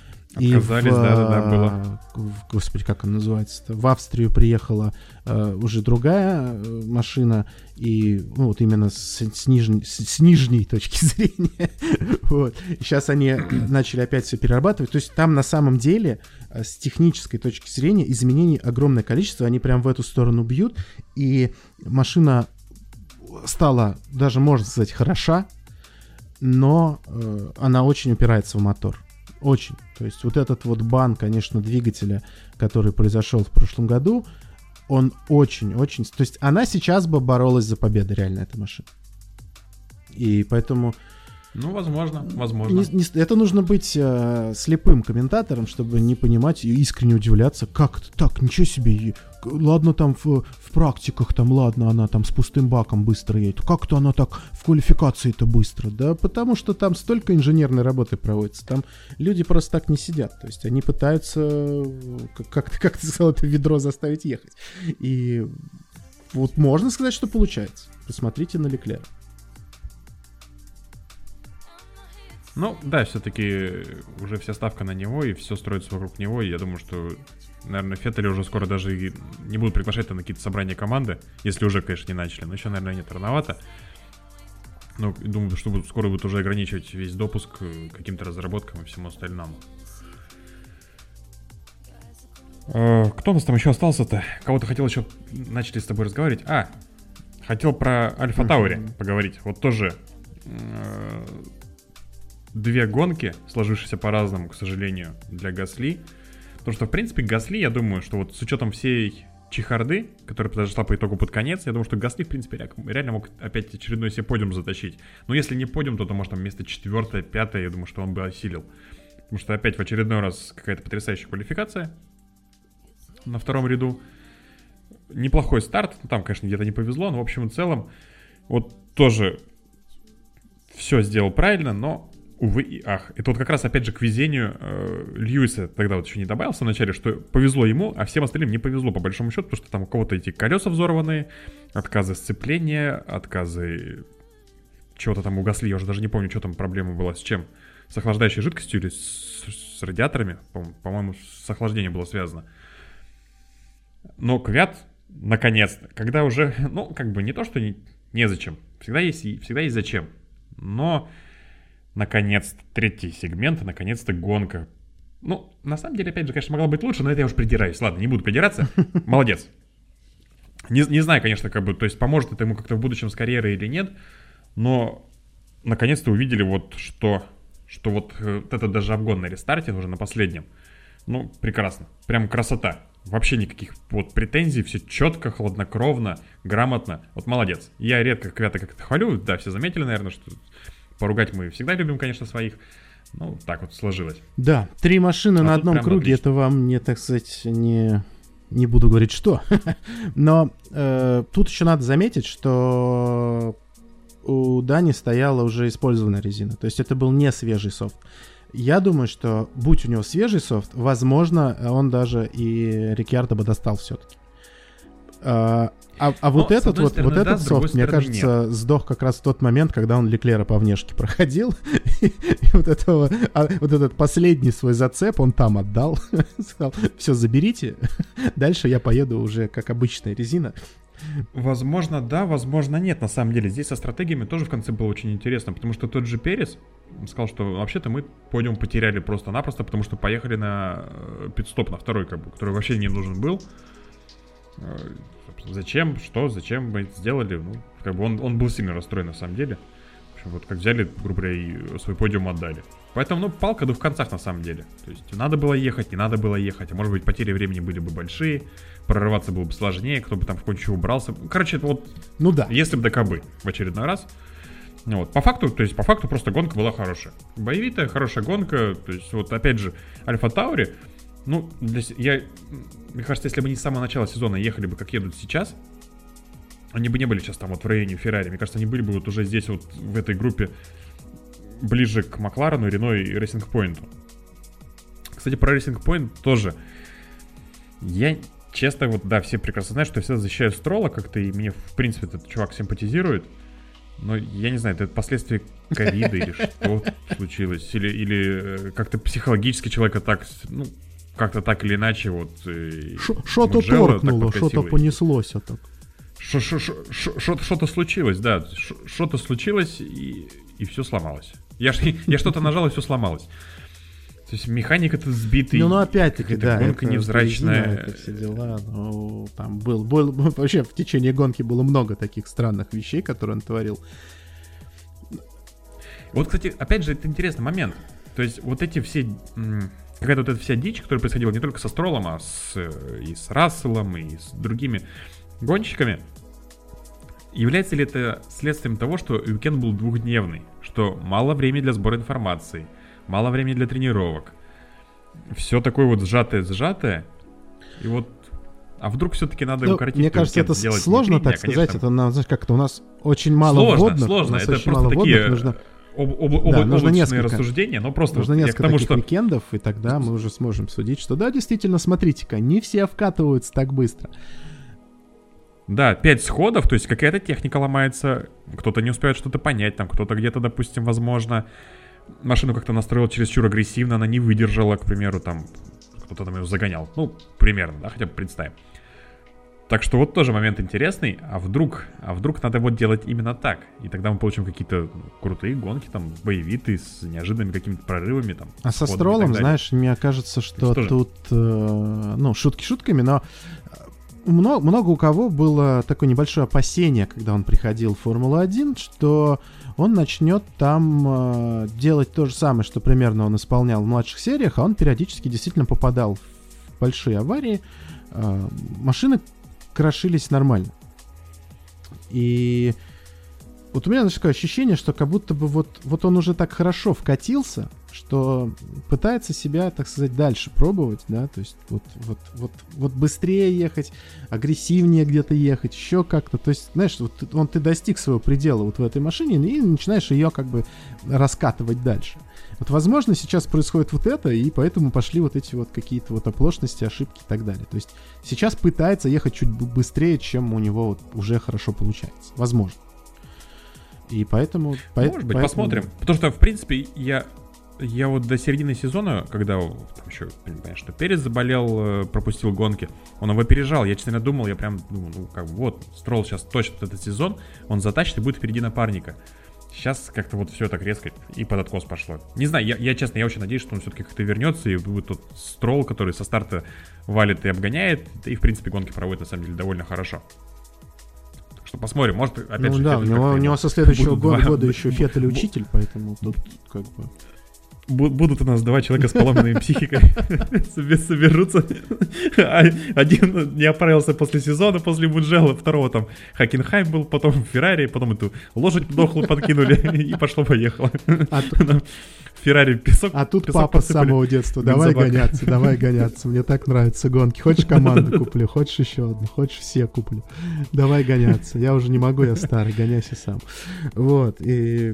Господи, как она называется-то? В Австрию приехала уже другая машина, и вот именно с нижней точки зрения. Вот. И сейчас они начали опять все перерабатывать. То есть там на самом деле с технической точки зрения изменений огромное количество. Они прям в эту сторону бьют. И машина стала даже, можно сказать, хороша, но она очень упирается в мотор. Очень. То есть вот этот вот бан, конечно, двигателя, который произошел в прошлом году, он очень-очень... То есть она сейчас бы боролась за победу, реально, эта машина. И поэтому... возможно. Это нужно быть слепым комментатором, чтобы не понимать и искренне удивляться, как это так, ничего себе, ладно там в практиках, там ладно, она там с пустым баком быстро едет, как-то она так в квалификации-то быстро, да, потому что там столько инженерной работы проводится, там люди просто так не сидят, то есть они пытаются, как ты сказал, это ведро заставить ехать, и вот можно сказать, что получается, посмотрите на Леклера. Ну, да, все-таки уже вся ставка на него, и все строится вокруг него, и я думаю, что, наверное, Феттеля уже скоро даже и не будут приглашать на какие-то собрания команды, если уже, конечно, не начали, но еще, наверное, нет, рановато. Ну, думаю, что скоро будут уже ограничивать весь допуск к каким-то разработкам и всему остальному. Кто у нас там еще остался-то? Кого-то хотел еще, начали с тобой разговаривать. Хотел про Альфа Таури поговорить. Вот тоже две гонки, сложившиеся по-разному, к сожалению, для Гасли. Потому что, в принципе, Гасли, я думаю, что вот с учетом всей чехарды, которая произошла по итогу под конец, я думаю, что Гасли, в принципе, реально мог опять очередной себе подиум затащить. Но если не подиум, то может там место 4-е, 5-е, я думаю, что он бы осилил. Потому что опять в очередной раз какая-то потрясающая квалификация на втором ряду. Неплохой старт, там, конечно, где-то не повезло, но в общем и целом вот тоже все сделал правильно, но увы и ах. Это вот как раз опять же к везению Льюиса тогда вот еще не добавился в начале, что повезло ему, а всем остальным не повезло по большому счету, потому что там у кого-то эти колеса взорванные, отказы сцепления, отказы чего-то там у Гасли, я уже даже не помню, что там проблема была, с чем, с охлаждающей жидкостью или с радиаторами, по-моему, с охлаждением было связано. Но Квят, наконец-то, когда уже, ну, как бы не то, что незачем, всегда есть зачем, но наконец-то третий сегмент, наконец-то гонка. Ну, на самом деле, опять же, конечно, могла быть лучше, но это я уж придираюсь. Ладно, не буду придираться. Молодец. Не знаю, конечно, как бы, то есть поможет это ему как-то в будущем с карьерой или нет, но наконец-то увидели вот, что вот это даже обгон на рестарте уже на последнем. Ну, прекрасно. Прям красота. Вообще никаких вот претензий, все четко, хладнокровно, грамотно. Вот молодец. Я редко Квята как-то хвалю, да, все заметили, наверное, что поругать мы всегда любим, конечно, своих. Ну, так вот сложилось. Да, 3 машины на одном круге, отлично. Это вам не, так сказать, не буду говорить что. Но тут еще надо заметить, что у Дани стояла уже использованная резина. То есть это был не свежий софт. Я думаю, что будь у него свежий софт, возможно, он даже и Рикьярдо бы достал все-таки. Вот этот софт, мне кажется, нет. Сдох как раз в тот момент, когда он Леклера по внешке проходил. И вот этот последний свой зацеп он там отдал. Сказал, все, заберите. Дальше я поеду уже как обычная резина. Возможно, да, возможно, нет. На самом деле, здесь со стратегиями тоже в конце было очень интересно, потому что тот же Перес сказал, что вообще-то мы подиум потеряли просто-напросто, потому что поехали на пит-стоп, на второй, как бы, который вообще не нужен был. Зачем мы это сделали? Ну, как бы он был сильно расстроен на самом деле. В общем, вот как взяли, грубо говоря, и свой подиум отдали. Поэтому, ну, палка в концах на самом деле. То есть надо было ехать, не надо было ехать. А может быть, потери времени были бы большие, прорываться было бы сложнее, кто бы там в кончик убрался. Короче, это вот, ну да. Если бы да кабы в очередной раз. Вот. По факту просто гонка была хорошая. Боевитая, хорошая гонка. То есть вот опять же, Альфа Таури. Ну, мне кажется, если бы не с самого начала сезона ехали бы, как едут сейчас, они бы не были сейчас там вот в районе Феррари. Мне кажется, они были бы вот уже здесь вот в этой группе ближе к Макларену, Рено и Racing Point. Кстати, про Racing Point тоже. Я честно, вот да, все прекрасно знают, что я всегда защищаю Строла как-то, и мне, в принципе, этот чувак симпатизирует. Но я не знаю, это последствия ковида или что случилось. Или как-то психологически человека так, ну, как-то так или иначе вот... Что-то торкнуло, что-то понеслось. А так. Что-то случилось, да. Что-то случилось, и все сломалось. Я что-то нажал, и все сломалось. То есть механика-то сбитый. Ну, опять-таки, да. Гонка невзрачная. Это все дела. Ну, там был вообще в течение гонки было много таких странных вещей, которые он творил. Вот, кстати, опять же, это интересный момент. То есть вот эти все... Какая-то вот эта вся дичь, которая происходила не только со Строллом, а и с Расселом, и с другими гонщиками. Является ли это следствием того, что уикенд был двухдневный? Что мало времени для сбора информации, мало времени для тренировок. Все такое вот сжатое. И вот... А вдруг все-таки надо укоротить? Мне кажется, это сложно так сказать. Это, знаешь, как-то у нас очень мало вводных. Сложно. Это просто такие... Нужно облачные рассуждения, но просто нужно несколько таких уикендов, и тогда мы уже сможем судить, что да, действительно, смотрите-ка, не все вкатываются так быстро. Да, 5 сходов, то есть какая-то техника ломается, кто-то не успевает что-то понять, там кто-то где-то, допустим, возможно, машину как-то настроил чересчур агрессивно, она не выдержала, к примеру, там, кто-то там ее загонял. Ну, примерно, да, хотя бы представим. Так что вот тоже момент интересный, а вдруг надо вот делать именно так, и тогда мы получим какие-то крутые гонки, там, боевитые, с неожиданными какими-то прорывами, там. А со Строллом, знаешь, мне кажется, что тут, шутки шутками, но много у кого было такое небольшое опасение, когда он приходил в Формулу-1, что он начнет там делать то же самое, что примерно он исполнял в младших сериях, а он периодически действительно попадал в большие аварии, машины крошились нормально. И вот у меня, значит, такое ощущение, что как будто бы вот он уже так хорошо вкатился, что пытается себя, так сказать, дальше пробовать, да, то есть вот быстрее ехать, агрессивнее где-то ехать, еще как-то, то есть, знаешь, вот ты достиг своего предела вот в этой машине и начинаешь ее как бы раскатывать дальше. Вот, возможно, сейчас происходит вот это, и поэтому пошли вот эти вот какие-то вот оплошности, ошибки и так далее. То есть сейчас пытается ехать чуть быстрее, чем у него вот уже хорошо получается. Возможно. И поэтому... Может быть, посмотрим. Потому что, в принципе, я вот до середины сезона, когда там еще, понимаешь, что Перес заболел, пропустил гонки, он его опережал. Я, честно думал, я прям думал, вот, Стролл сейчас точно этот сезон, он затащит и будет впереди напарника. Сейчас как-то вот все так резко и под откос пошло. Не знаю, я честно, я очень надеюсь, что он все-таки как-то вернется, и будет тот Стролл, который со старта валит и обгоняет, и, в принципе, гонки проводит, на самом деле, довольно хорошо. Так что посмотрим, может, опять же... Да, у него со следующего года еще Феттель учитель, поэтому тут как бы... Будут у нас два человека с поломанной психикой соберутся. Один не оправился после сезона, после Муджелла, второго там Хокенхайм был, потом Феррари, потом эту лошадь дохлую подкинули, и пошло-поехало. Феррари песок. А тут папа с самого детства: давай гоняться, мне так нравятся гонки. Хочешь команду куплю, хочешь еще одну, хочешь все куплю. Давай гоняться. Я уже не могу, я старый, гоняйся сам. Вот, и...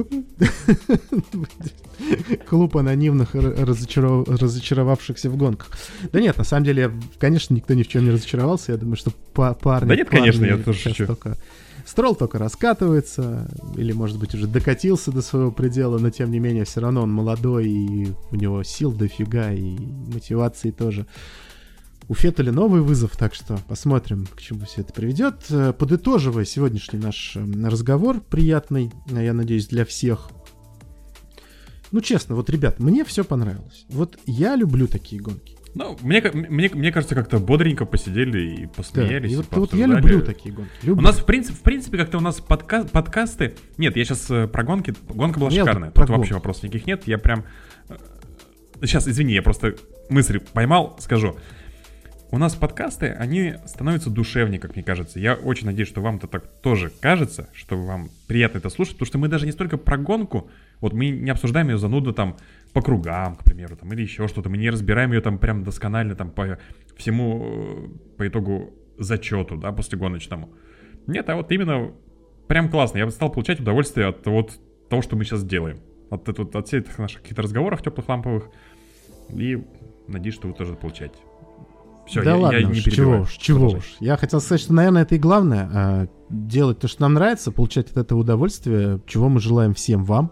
Клуб анонимных разочаровавшихся в гонках. Да нет, на самом деле, конечно, никто ни в чем не разочаровался. Я думаю, что парни... Да нет, конечно, я тоже шучу. Стролл только раскатывается, или, может быть, уже докатился до своего предела, но, тем не менее, все равно он молодой, и у него сил дофига, и мотивации тоже. У Феттеля новый вызов, так что посмотрим, к чему все это приведет. Подытоживая сегодняшний наш разговор приятный, я надеюсь, для всех. Ну, честно, вот, ребят, мне все понравилось. Вот я люблю такие гонки. Ну, мне кажется, как-то бодренько посидели и посмеялись. Да, и вот я люблю такие гонки. У нас, в принципе, как-то у нас подкасты... Нет, я сейчас про гонки... Гонка была шикарная. Тут вообще вопросов никаких нет. Я прям... Сейчас, извини, я просто мысль поймал, скажу. У нас подкасты, они становятся душевнее, как мне кажется. Я очень надеюсь, что вам-то так тоже кажется, что вам приятно это слушать, потому что мы даже не столько про гонку, вот мы не обсуждаем ее занудно там по кругам, к примеру, там, или еще что-то. Мы не разбираем ее там прям досконально там по всему, по итогу зачету, да, после гоночному. Нет, а вот именно прям классно. Я стал получать удовольствие от вот того, что мы сейчас делаем. От всех этих наших каких-то разговоров теплых, ламповых. И надеюсь, что вы тоже получаете. Все, да ладно, я не перебиваю. Чего уж. Я хотел сказать, что, наверное, это и главное. Делать то, что нам нравится, получать от этого удовольствие, чего мы желаем всем вам.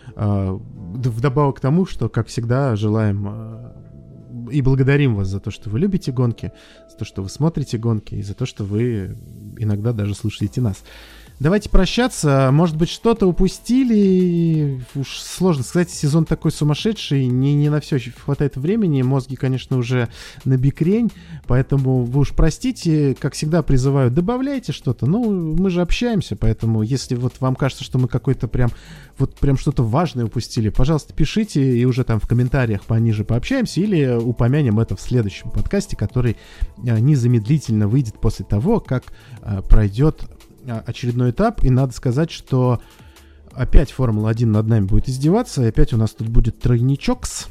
Вдобавок к тому, что, как всегда, желаем и благодарим вас за то, что вы любите гонки, за то, что вы смотрите гонки, и за то, что вы иногда даже слушаете нас. Давайте прощаться. Может быть, что-то упустили. Уж сложно сказать, сезон такой сумасшедший. Не на все хватает времени. Мозги, конечно, уже на бикрень. Поэтому вы уж простите. Как всегда, призываю, добавляйте что-то. Ну, мы же общаемся. Поэтому, если вот вам кажется, что мы какой-то прям что-то важное упустили, пожалуйста, пишите. И уже там в комментариях пониже пообщаемся. Или упомянем это в следующем подкасте, который незамедлительно выйдет после того, как пройдет очередной этап, и надо сказать, что опять Формула-1 над нами будет издеваться, и опять у нас тут будет тройничокс.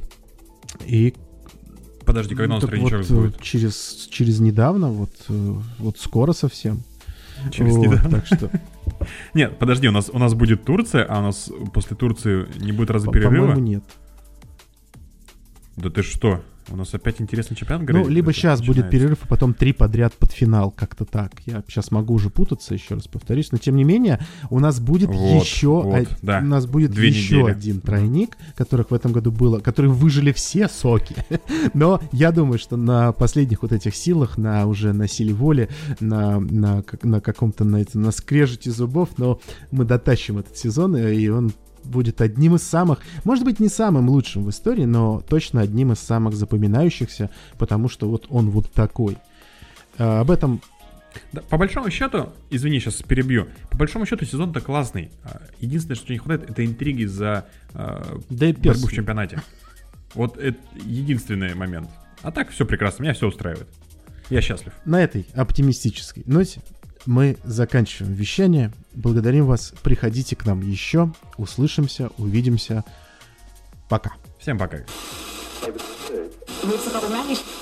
И подожди, когда у нас тройничокс будет? Через недавно, вот скоро совсем. Через недавно? Так что... Нет, подожди, у нас будет Турция, а у нас после Турции не будет разве перерыва? По-моему, нет. Да ты что? У нас опять интересный чемпионат грядет. Ну, либо сейчас будет перерыв, а потом 3 подряд под финал, как-то так. Я сейчас могу уже путаться, еще раз повторюсь. Но, тем не менее, у нас будет еще один тройник, которых в этом году было, которые выжили все соки. Но я думаю, что на последних вот этих силах, на силе воли, на каком-то, на скрежете зубов, но мы дотащим этот сезон, и он будет одним из самых, может быть, не самым лучшим в истории, но точно одним из самых запоминающихся, потому что вот он вот такой. Об этом... Да, по большому счету, извини, сейчас перебью, по большому счету сезон-то классный. Единственное, что не хватает, это интриги за борьбу в чемпионате. Вот это единственный момент. А так все прекрасно, меня все устраивает. Я счастлив. На этой оптимистической ноте мы заканчиваем вещание. Благодарим вас. Приходите к нам еще. Услышимся, увидимся. Пока. Всем пока.